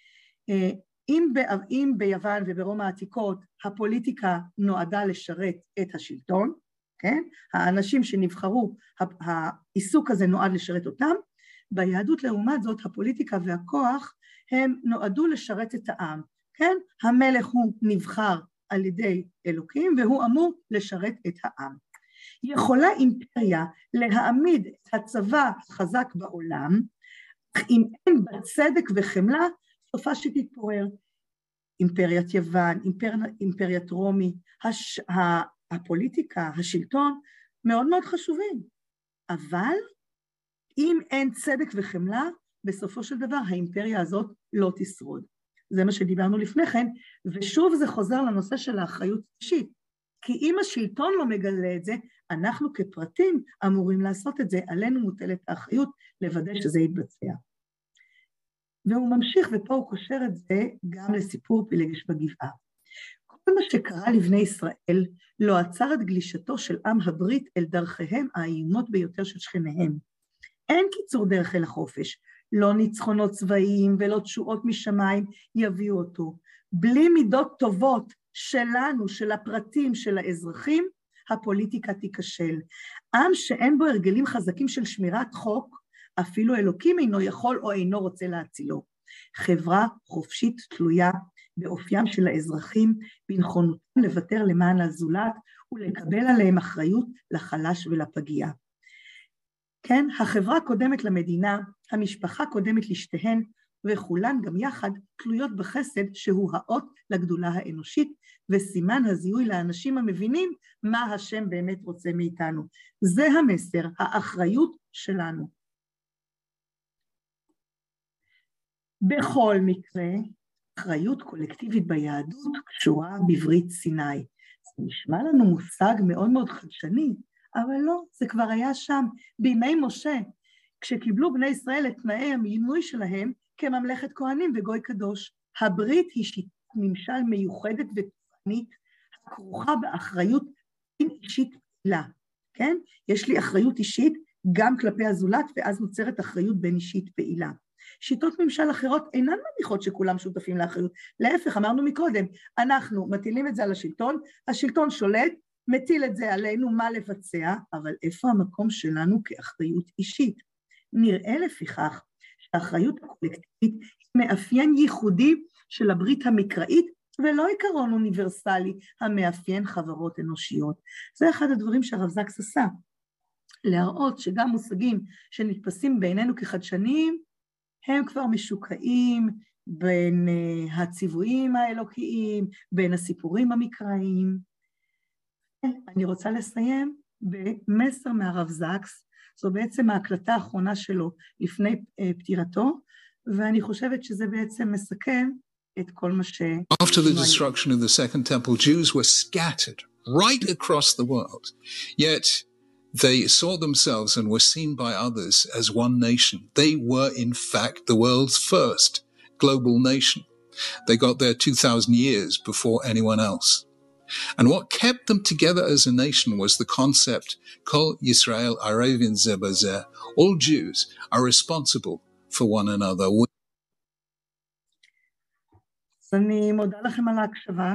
אם ביוון וברומא העתיקות הפוליטיקה נועדה לשרת את השלטון, כן? האנשים שנבחרו, העיסוק הזה נועד לשרת אותם, ביהדות לעומת זאת הפוליטיקה והכוח הם נועדו לשרת את העם, כן? המלך הוא נבחר על ידי אלוקים והוא אמור לשרת את העם. יכולה אימפריה להעמיד את הצבא החזק בעולם, אך אם אין בה צדק וחמלה, סופה שתתפורר. אימפריית יוון, אימפריית רומי, הפוליטיקה, השלטון, מאוד מאוד חשובים. אבל אם אין צדק וחמלה, בסופו של דבר האימפריה הזאת לא תשרוד. זה מה שדיברנו לפני כן, ושוב זה חוזר לנושא של האחריות אישית. כי אם השלטון לא מגלה את זה, אנחנו כפרטים אמורים לעשות את זה, עלינו מוטלת האחריות לוודא שזה יתבצע. והוא ממשיך, ופה הוא קושר את זה גם לסיפור פילגש בגבעה. כל מה שקרה לבני ישראל לא עצר את גלישתו של עם הברית אל דרכיהם האיומות ביותר של שכניהם. אין קיצור דרך אל החופש, לא ניצחונות צבאיים ולא תשועות משמיים יביאו אותו. בלי מידות טובות שלנו, של הפרטים, של האזרחים, הפוליטיקה תיכשל. עם שאין בו הרגלים חזקים של שמירת חוק, אפילו אלוקים אינו יכול או אינו רוצה להצילו. חברה חופשית תלויה באופיים של האזרחים, בנכונותם לוותר למען הזולת ולקבל עליהם אחריות לחלש ולפגיע. כן, החברה קודמת למדינה, המשפחה קודמת לשתיהן, וכולן גם יחד תלויות בחסד שהוא האות לגדולה האנושית, וסימן הזיהוי לאנשים המבינים מה השם באמת רוצה מאיתנו. זה המסר, האחריות שלנו. בכל מקרה, אחריות קולקטיבית ביהדות קשורה בברית סיני. זה נשמע לנו מושג מאוד מאוד חדשני, אבל לא, זה כבר היה שם בימי משה, כשקיבלו בני ישראל את תנאי המינוי שלהם כממלכת כהנים וגוי קדוש. הברית היא שיטת ממשל מיוחדת ותפנית, הכרוכה באחריות אישית פעילה, כן? יש לי אחריות אישית גם כלפי הזולת, ואז נוצרת אחריות בין אישית פעילה. שיטות ממשל אחרות אינן מניחות שכולם שותפים לאחריות, להפך, אמרנו מקודם, אנחנו מטילים את זה על השלטון, השלטון שולט, מטיל את זה עלינו מה לבצע, אבל איפה המקום שלנו כאחריות אישית? נראה לפיכך שהאחריות הקולקטיבית היא מאפיין ייחודי של הברית המקראית, ולא עיקרון אוניברסלי המאפיין חברות אנושיות. זה אחד הדברים שהרב זקס עשה, להראות שגם מושגים שנתפסים בעינינו כחדשניים, הם כבר משוקעים בין הציוויים האלוקיים, בין הסיפורים המקראיים. אני רוצה לסיים במסר מהרב זקס, זו בעצם ההקלטה האחרונה שלו לפני פטירתו, ואני חושבת שזה בעצם מסכם את כל מה ש... After the destruction of the Second Temple, Jews were scattered right across the world, yet they saw themselves and were seen by others as one nation. They were, in fact, the world's first global nation. They got there 2,000 years before anyone else. And what kept them together as a nation was the concept, Kol Yisrael Arevin Ze Bazeh. All Jews are responsible for one another. אני מודה לכם על ההקשבה,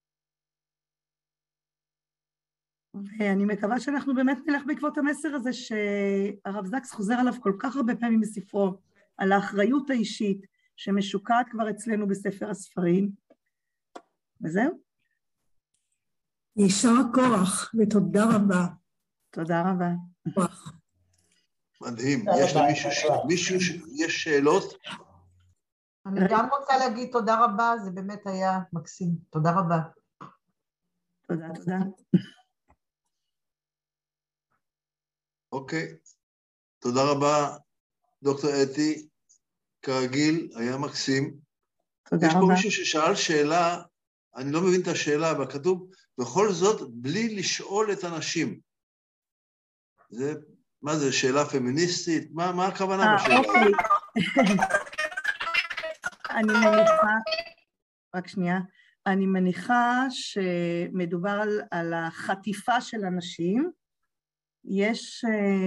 ואני מקווה שאנחנו באמת נלך בעקבות המסר הזה שהרב זקס חוזר עליו כל כך הרבה פעמים בספרו, על האחריות האישית שמשוקעת כבר אצלנו בספר הספרים, וזהו. יישר כוח ותודה רבה. תודה רבה. מדהים. יש למישהו, יש שאלות? אני גם רוצה להגיד תודה רבה, זה באמת היה מקסים. תודה רבה. תודה, תודה. אוקיי. תודה רבה, דוקטור אתי. כרגיל, היה מקסים. תודה רבה. יש פה מישהו ששאל שאלה, אני לא מבין את השאלה, אבל כתוב, וכל זאת בלי לשאול את הנשים. מה זה, שאלה פמיניסטית? מה הכוונה בשאלה? אוקיי. אני מניחה, רק שנייה, אני מניחה שמדובר על החטיפה של אנשים. יש,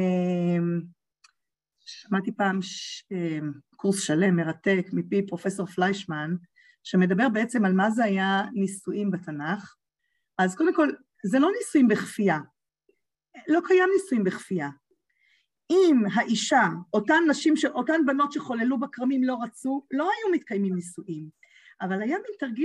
שמעתי פעם קורס שלם, מרתק, מפי פרופסור פליישמן, שמדבר בעצם על מה זה היה נישואים בתנ"ך. אז קודם כל, זה לא נישואים בכפייה. לא קיים נישואים בכפייה. אם האישה, אותן בנות שחוללו בכרמים לא רצו, לא היו מתקיימים נישואים. אבל היה מין תרגיל,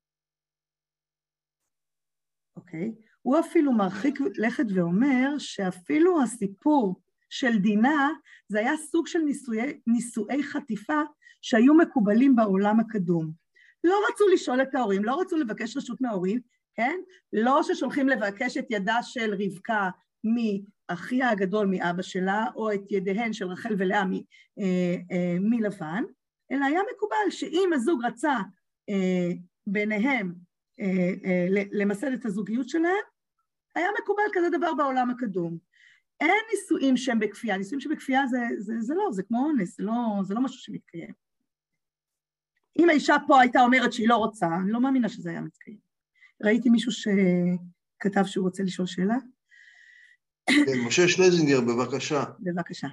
אוקיי? הוא אפילו מרחיק לכת ואומר שאפילו הסיפור של דינה, זה היה סוג של נישואי חטיפה שהיו מקובלים בעולם הקדום. לא רצו לשאול את ההורים, לא רצו לבקש רשות מההורים, כן? לא ששולחים לבקש את ידה של רבקה מאחיה הגדול מאבא שלה, או את ידיהן של רחל ולאה מלבן, אלא היה מקובל שאם הזוג רצה ביניהם למסד את הזוגיות שלהם, היה מקובל כזה דבר בעולם הקדום. אין נישואים שהם בכפייה, נישואים שבכפייה זה כמו אונס, זה לא משהו שמתקיים. אם האישה פה הייתה אומרת שהיא לא רוצה, אני לא מאמינה שזה היה מתקיים. ראיתי מישהו שכתב שהוא רוצה לשאול שאלה? כן, משה שלזינגר, בבקשה. בבקשה.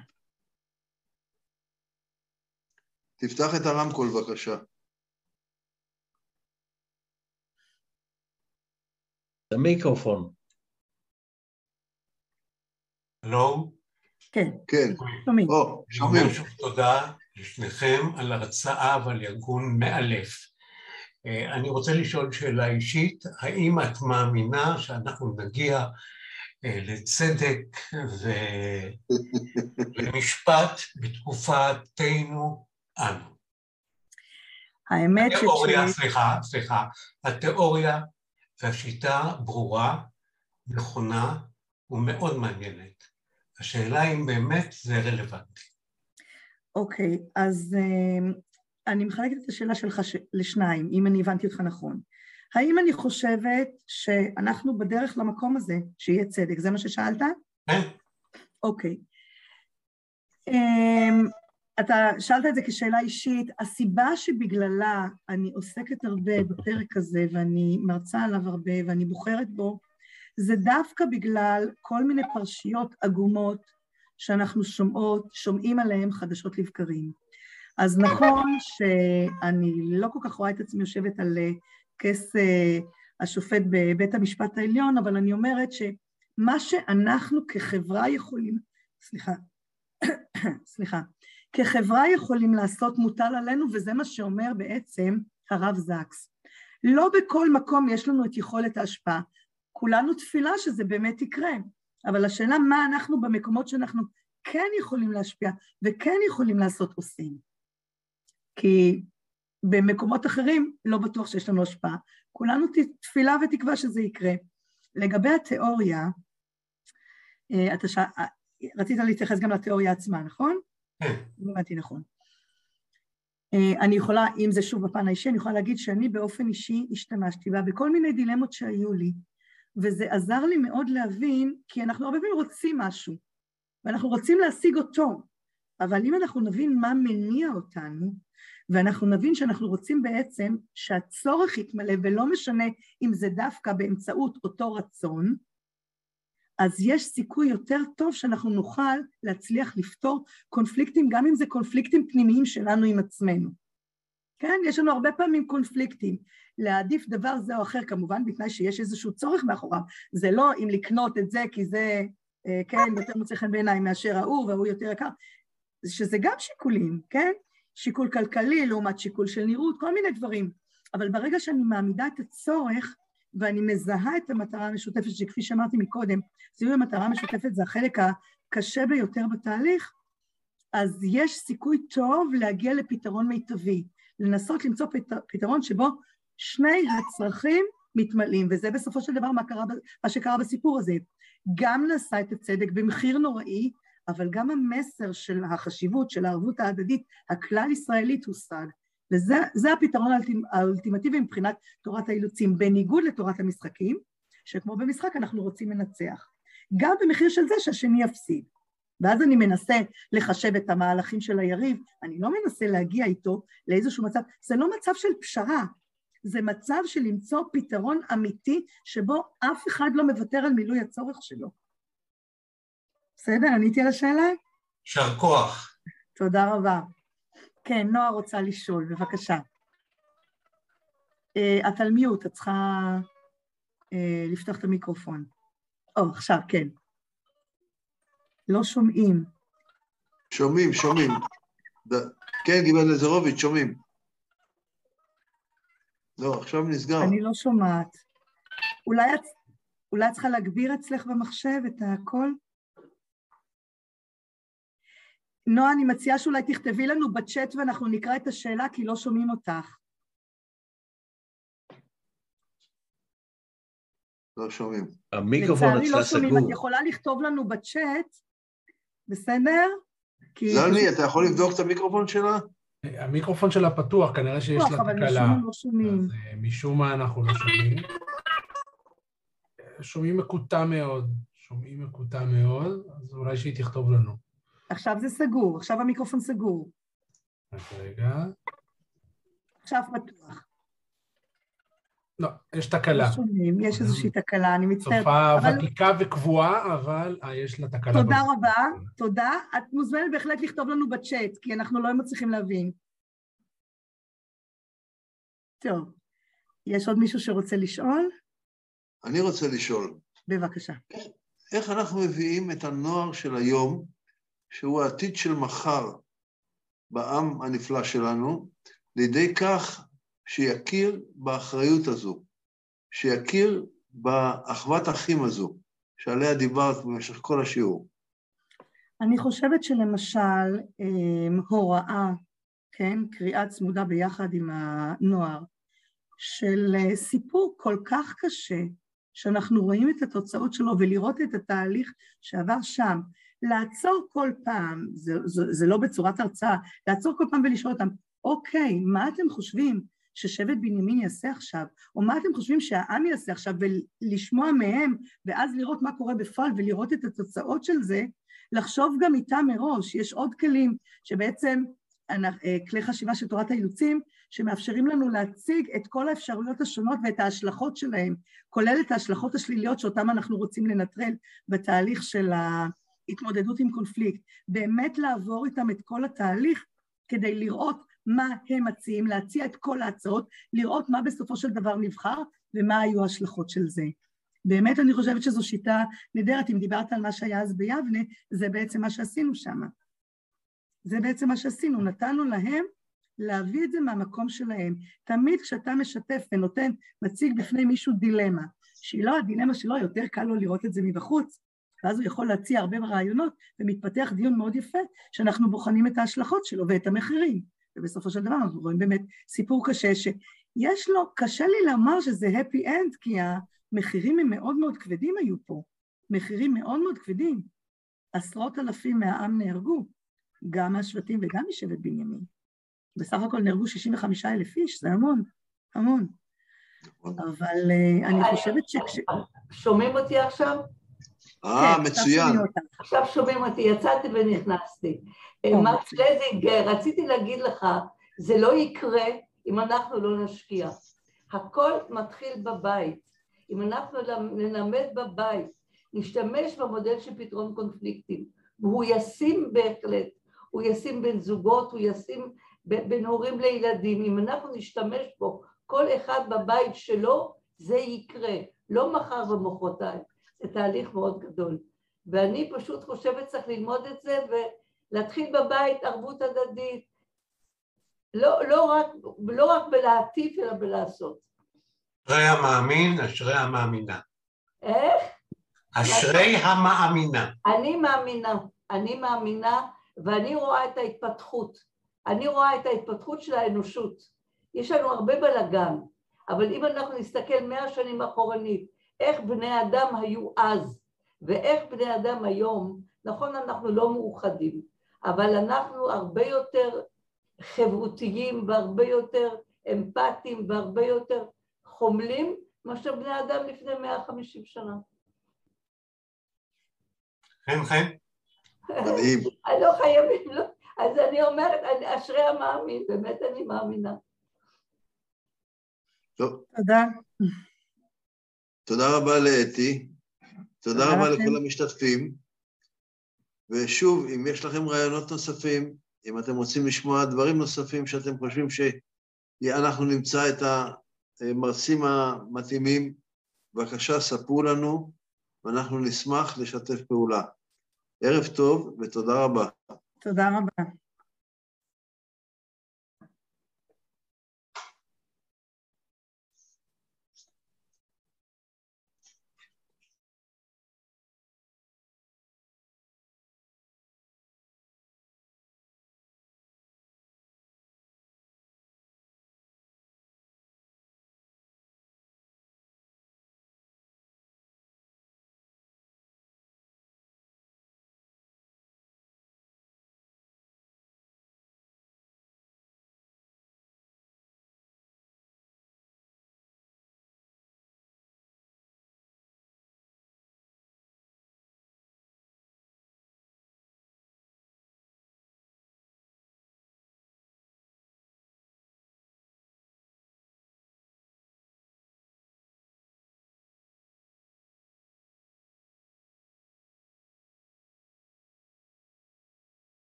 תפתח את הרמקול, בבקשה. המיקרופון. הלו? כן. כן. שומעים. אני אומר שוב תודה לשניכם על הרצאה ועל ארגון מאלף. אני רוצה לשאול שאלה אישית, האם את מאמינה שאנחנו נגיע לצדק ולמשפט בתקופתנו אנו? האמת סליחה, התיאוריה והשיטה ברורה, נכונה ומאוד מעניינת. השאלה אם באמת זה רלוונטי. אוקיי, אז אני מחלקת את השאלה שלך לשניים, אם אני הבנתי אותך נכון. האם אני חושבת שאנחנו בדרך למקום הזה, שיהיה צדק? זה מה ששאלת? כן. אוקיי. אתה שאלת את זה כשאלה אישית, הסיבה שבגללה אני עוסקת הרבה בפרק הזה, ואני מרצה עליו הרבה, ואני בוחרת בו, זה דווקא בגלל כל מיני פרשיות עגומות שאנחנו שומעים עליהן חדשות לבקרים. אז נכון שאני לא כל כך רואה את עצמי יושבת על כס השופט בבית המשפט העליון, אבל אני אומרת שמה שאנחנו כחברה יכולים, כחברה יכולים לעשות מוטל עלינו, וזה מה שאומר בעצם הרב זקס. לא בכל מקום יש לנו את יכולת ההשפעה, כולנו תפילה שזה באמת יקרה, אבל השאלה מה אנחנו במקומות שאנחנו כן יכולים להשפיע, וכן יכולים לעשות עושים. כי במקומות אחרים לא בטוח שיש לנו השפעה, כולנו תפילה ותקווה שזה יקרה. לגבי התיאוריה, רצית להתייחס גם לתיאוריה עצמה, נכון? הבנתי נכון. אני יכולה, אם זה שוב בפן האישי, אני יכולה להגיד שאני באופן אישי השתמשתי בה בכל מיני דילמות שהיו לי, וזה עזר לי מאוד להבין, כי אנחנו הרבה פעמים רוצים משהו, ואנחנו רוצים להשיג אותו, אבל אם אנחנו נבין מה מניע אותנו, ואנחנו נבין שאנחנו רוצים בעצם שהצורך יתמלא, ולא משנה אם זה דווקא באמצעות אותו רצון, אז יש סיכוי יותר טוב שאנחנו נוכל להצליח לפתור קונפליקטים, גם אם זה קונפליקטים פנימיים שלנו עם עצמנו. כן, יש לנו הרבה פעמים קונפליקטים, להעדיף דבר זה או אחר, כמובן, בתנאי שיש איזשהו צורך מאחוריו, זה לא אם לקנות את זה, כי זה, כן, יותר מוצא חן בעיניי מאשר ההוא, והוא יותר יקר, שזה גם שיקולים, כן? שיקול כלכלי, לעומת שיקול של נראות, כל מיני דברים. אבל ברגע שאני מעמידה את הצורך, ואני מזהה את המטרה המשותפת, שכפי שאמרתי מקודם, זיהוי המטרה המשותפת זה החלק הקשה ביותר בתהליך, אז יש סיכוי טוב להגיע לפתרון מיטבי, לנסות למצוא פתרון שבו שני הצרכים מתמלאים, וזה בסופו של דבר מה שקרה בסיפור הזה. גם נעשה את הצדק במחיר נוראי, אבל גם המסר של החשיבות, של הערבות ההדדית, הכלל ישראלית הושג. וזה הפתרון האולטימטיבי מבחינת תורת האילוצים, בניגוד לתורת המשחקים, שכמו במשחק אנחנו רוצים לנצח. גם במחיר של זה שהשני יפסיד. ואז אני מנסה לחשב את המהלכים של היריב, אני לא מנסה להגיע איתו לאיזשהו מצב, זה לא מצב של פשרה, זה מצב של למצוא פתרון אמיתי, שבו אף אחד לא מוותר על מילוי הצורך שלו. בסדר, עניתי על השאלה? יישר כוח. תודה רבה. כן, נועה רוצה לשאול, בבקשה. את על מיוט, את צריכה לפתוח את המיקרופון. עכשיו, כן. לא שומעים. שומעים. כן, גברת לזרוביץ', שומעים. לא, עכשיו נסגר. אני לא שומעת. אולי את צריכה להגביר אצלך במחשב את הקול? נועה, אני מציעה שאולי תכתבי לנו בצ'אט ואנחנו נקרא את השאלה, כי לא שומעים אותך. לא שומעים. המיקרופון לצערי לא אצלה שומעים, סגור. את יכולה לכתוב לנו בצ'אט, בסדר? זלמי, אתה יכול לבדוק את המיקרופון שלה? המיקרופון שלה פתוח, כנראה שיש לה אבל תקלה. משום לא שומעים. אז משום מה אנחנו לא שומעים. שומעים מקוטע מאוד, אז אולי שהיא תכתוב לנו. עכשיו זה סגור, עכשיו המיקרופון סגור. רגע. עכשיו פתוח. לא, יש תקלה. לא שומעים, יש איזושהי תקלה, אני מצטערת. תופעה ותיקה וקבועה, אבל יש לה תקלה. תודה רבה, תודה. את מוזמנת בהחלט לכתוב לנו בצ'אט, כי אנחנו לא מצליחים להבין. טוב, יש עוד מישהו שרוצה לשאול? אני רוצה לשאול. בבקשה. איך אנחנו מביאים את הנוער של היום, שהוא העתיד של מחר בעם הנפלא שלנו, לידי כך שיכיר באחריות הזו, שיכיר באחוות אחים הזו, שעליה דיברת במשך כל השיעור? אני חושבת שלמשל הוראה, כן, קריאה צמודה ביחד עם הנוער, של סיפור כל כך קשה, שאנחנו רואים את התוצאות שלו ולראות את התהליך שעבר שם, לעצור כל פעם, זה לא בצורת הרצאה, לעצור כל פעם ולשאול אותם, אוקיי, מה אתם חושבים ששבט בנימין יעשה עכשיו, או מה אתם חושבים שהעם יעשה עכשיו, ולשמוע מהם, ואז לראות מה קורה בפועל, ולראות את התוצאות של זה, לחשוב גם איתם מראש. יש עוד כלים שבעצם, כלי חשיבה של תורת האילוצים, שמאפשרים לנו להציג את כל האפשרויות השונות ואת ההשלכות שלהם, כולל את ההשלכות השליליות שאותם אנחנו רוצים לנטרל בתהליך של ההתמודדות עם קונפליקט, באמת לעבור איתם את כל התהליך כדי לראות מה הם מציעים, להציע את כל ההצעות, לראות מה בסופו של דבר נבחר ומה היו ההשלכות של זה. באמת אני חושבת שזו שיטה נהדרת, אם דיברת על מה שהיה אז ביבנה, זה בעצם מה שעשינו שם. זה בעצם מה שעשינו, נתנו להם להביא את זה מהמקום שלהם. תמיד כשאתה משתף ונותן, מציג בפני מישהו דילמה, שהיא לא הדילמה שלו, יותר קל לו לראות את זה מבחוץ, ואז הוא יכול להציע הרבה רעיונות, ומתפתח דיון מאוד יפה, שאנחנו בוחנים את ההשלכות שלו ואת המחירים. ובסופו של דבר אנחנו רואים באמת סיפור קשה, שיש לו, קשה לי לומר שזה happy end, כי המחירים הם מאוד מאוד כבדים היו פה, מחירים מאוד מאוד כבדים. עשרות אלפים מהעם נהרגו, גם מהשבטים וגם משבט בנימין. בסך הכל נהרגו 65,000 איש, זה המון, המון. אבל אני חושבת שומעים אותי עכשיו? מצוין. עכשיו שומעים אותי, יצאתי ונכנסתי. מר שלזינגר, רציתי להגיד לך, זה לא יקרה אם אנחנו לא נשקיע. הכל מתחיל בבית. אם אנחנו נלמד בבית, נשתמש במודל של פתרון קונפליקטים, והוא ישים בהחלט, הוא ישים בין זוגות, הוא ישים בין הורים לילדים, אם אנחנו נשתמש בו, כל אחד בבית שלו, זה יקרה, לא מחר ומחרתיים. זה תהליך מאוד גדול. ואני פשוט חושבת צריך ללמוד את זה, ולהתחיל בבית ערבות הדדית, לא רק בלהטיף, אלא בלעשות. אשרי המאמין, אשרי המאמינה. איך? אשרי המאמינה. אני מאמינה, ואני רואה את ההתפתחות. אני רואה את ההתפתחות של האנושות. יש לנו הרבה בלגן, אבל אם אנחנו נסתכל 100 שנים אחורנית, איך בני אדם היו אז, ואיך בני אדם היום, נכון, אנחנו לא מאוחדים, אבל אנחנו הרבה יותר חברותיים, והרבה יותר אמפתיים, והרבה יותר חומלים, מאשר בני אדם לפני 150 שנה. חן. מדהים. לא חייבים, לא. אז אני אומרת, אשרי המאמין, באמת אני מאמינה. טוב. תודה. תודה רבה לאתי, תודה רבה לכל המשתתפים, ושוב, אם יש לכם רעיונות נוספים, אם אתם רוצים לשמוע דברים נוספים שאתם חושבים שאנחנו נמצא את המרצים המתאימים, בבקשה ספרו לנו, ואנחנו נשמח לשתף פעולה. ערב טוב ותודה רבה. תודה רבה.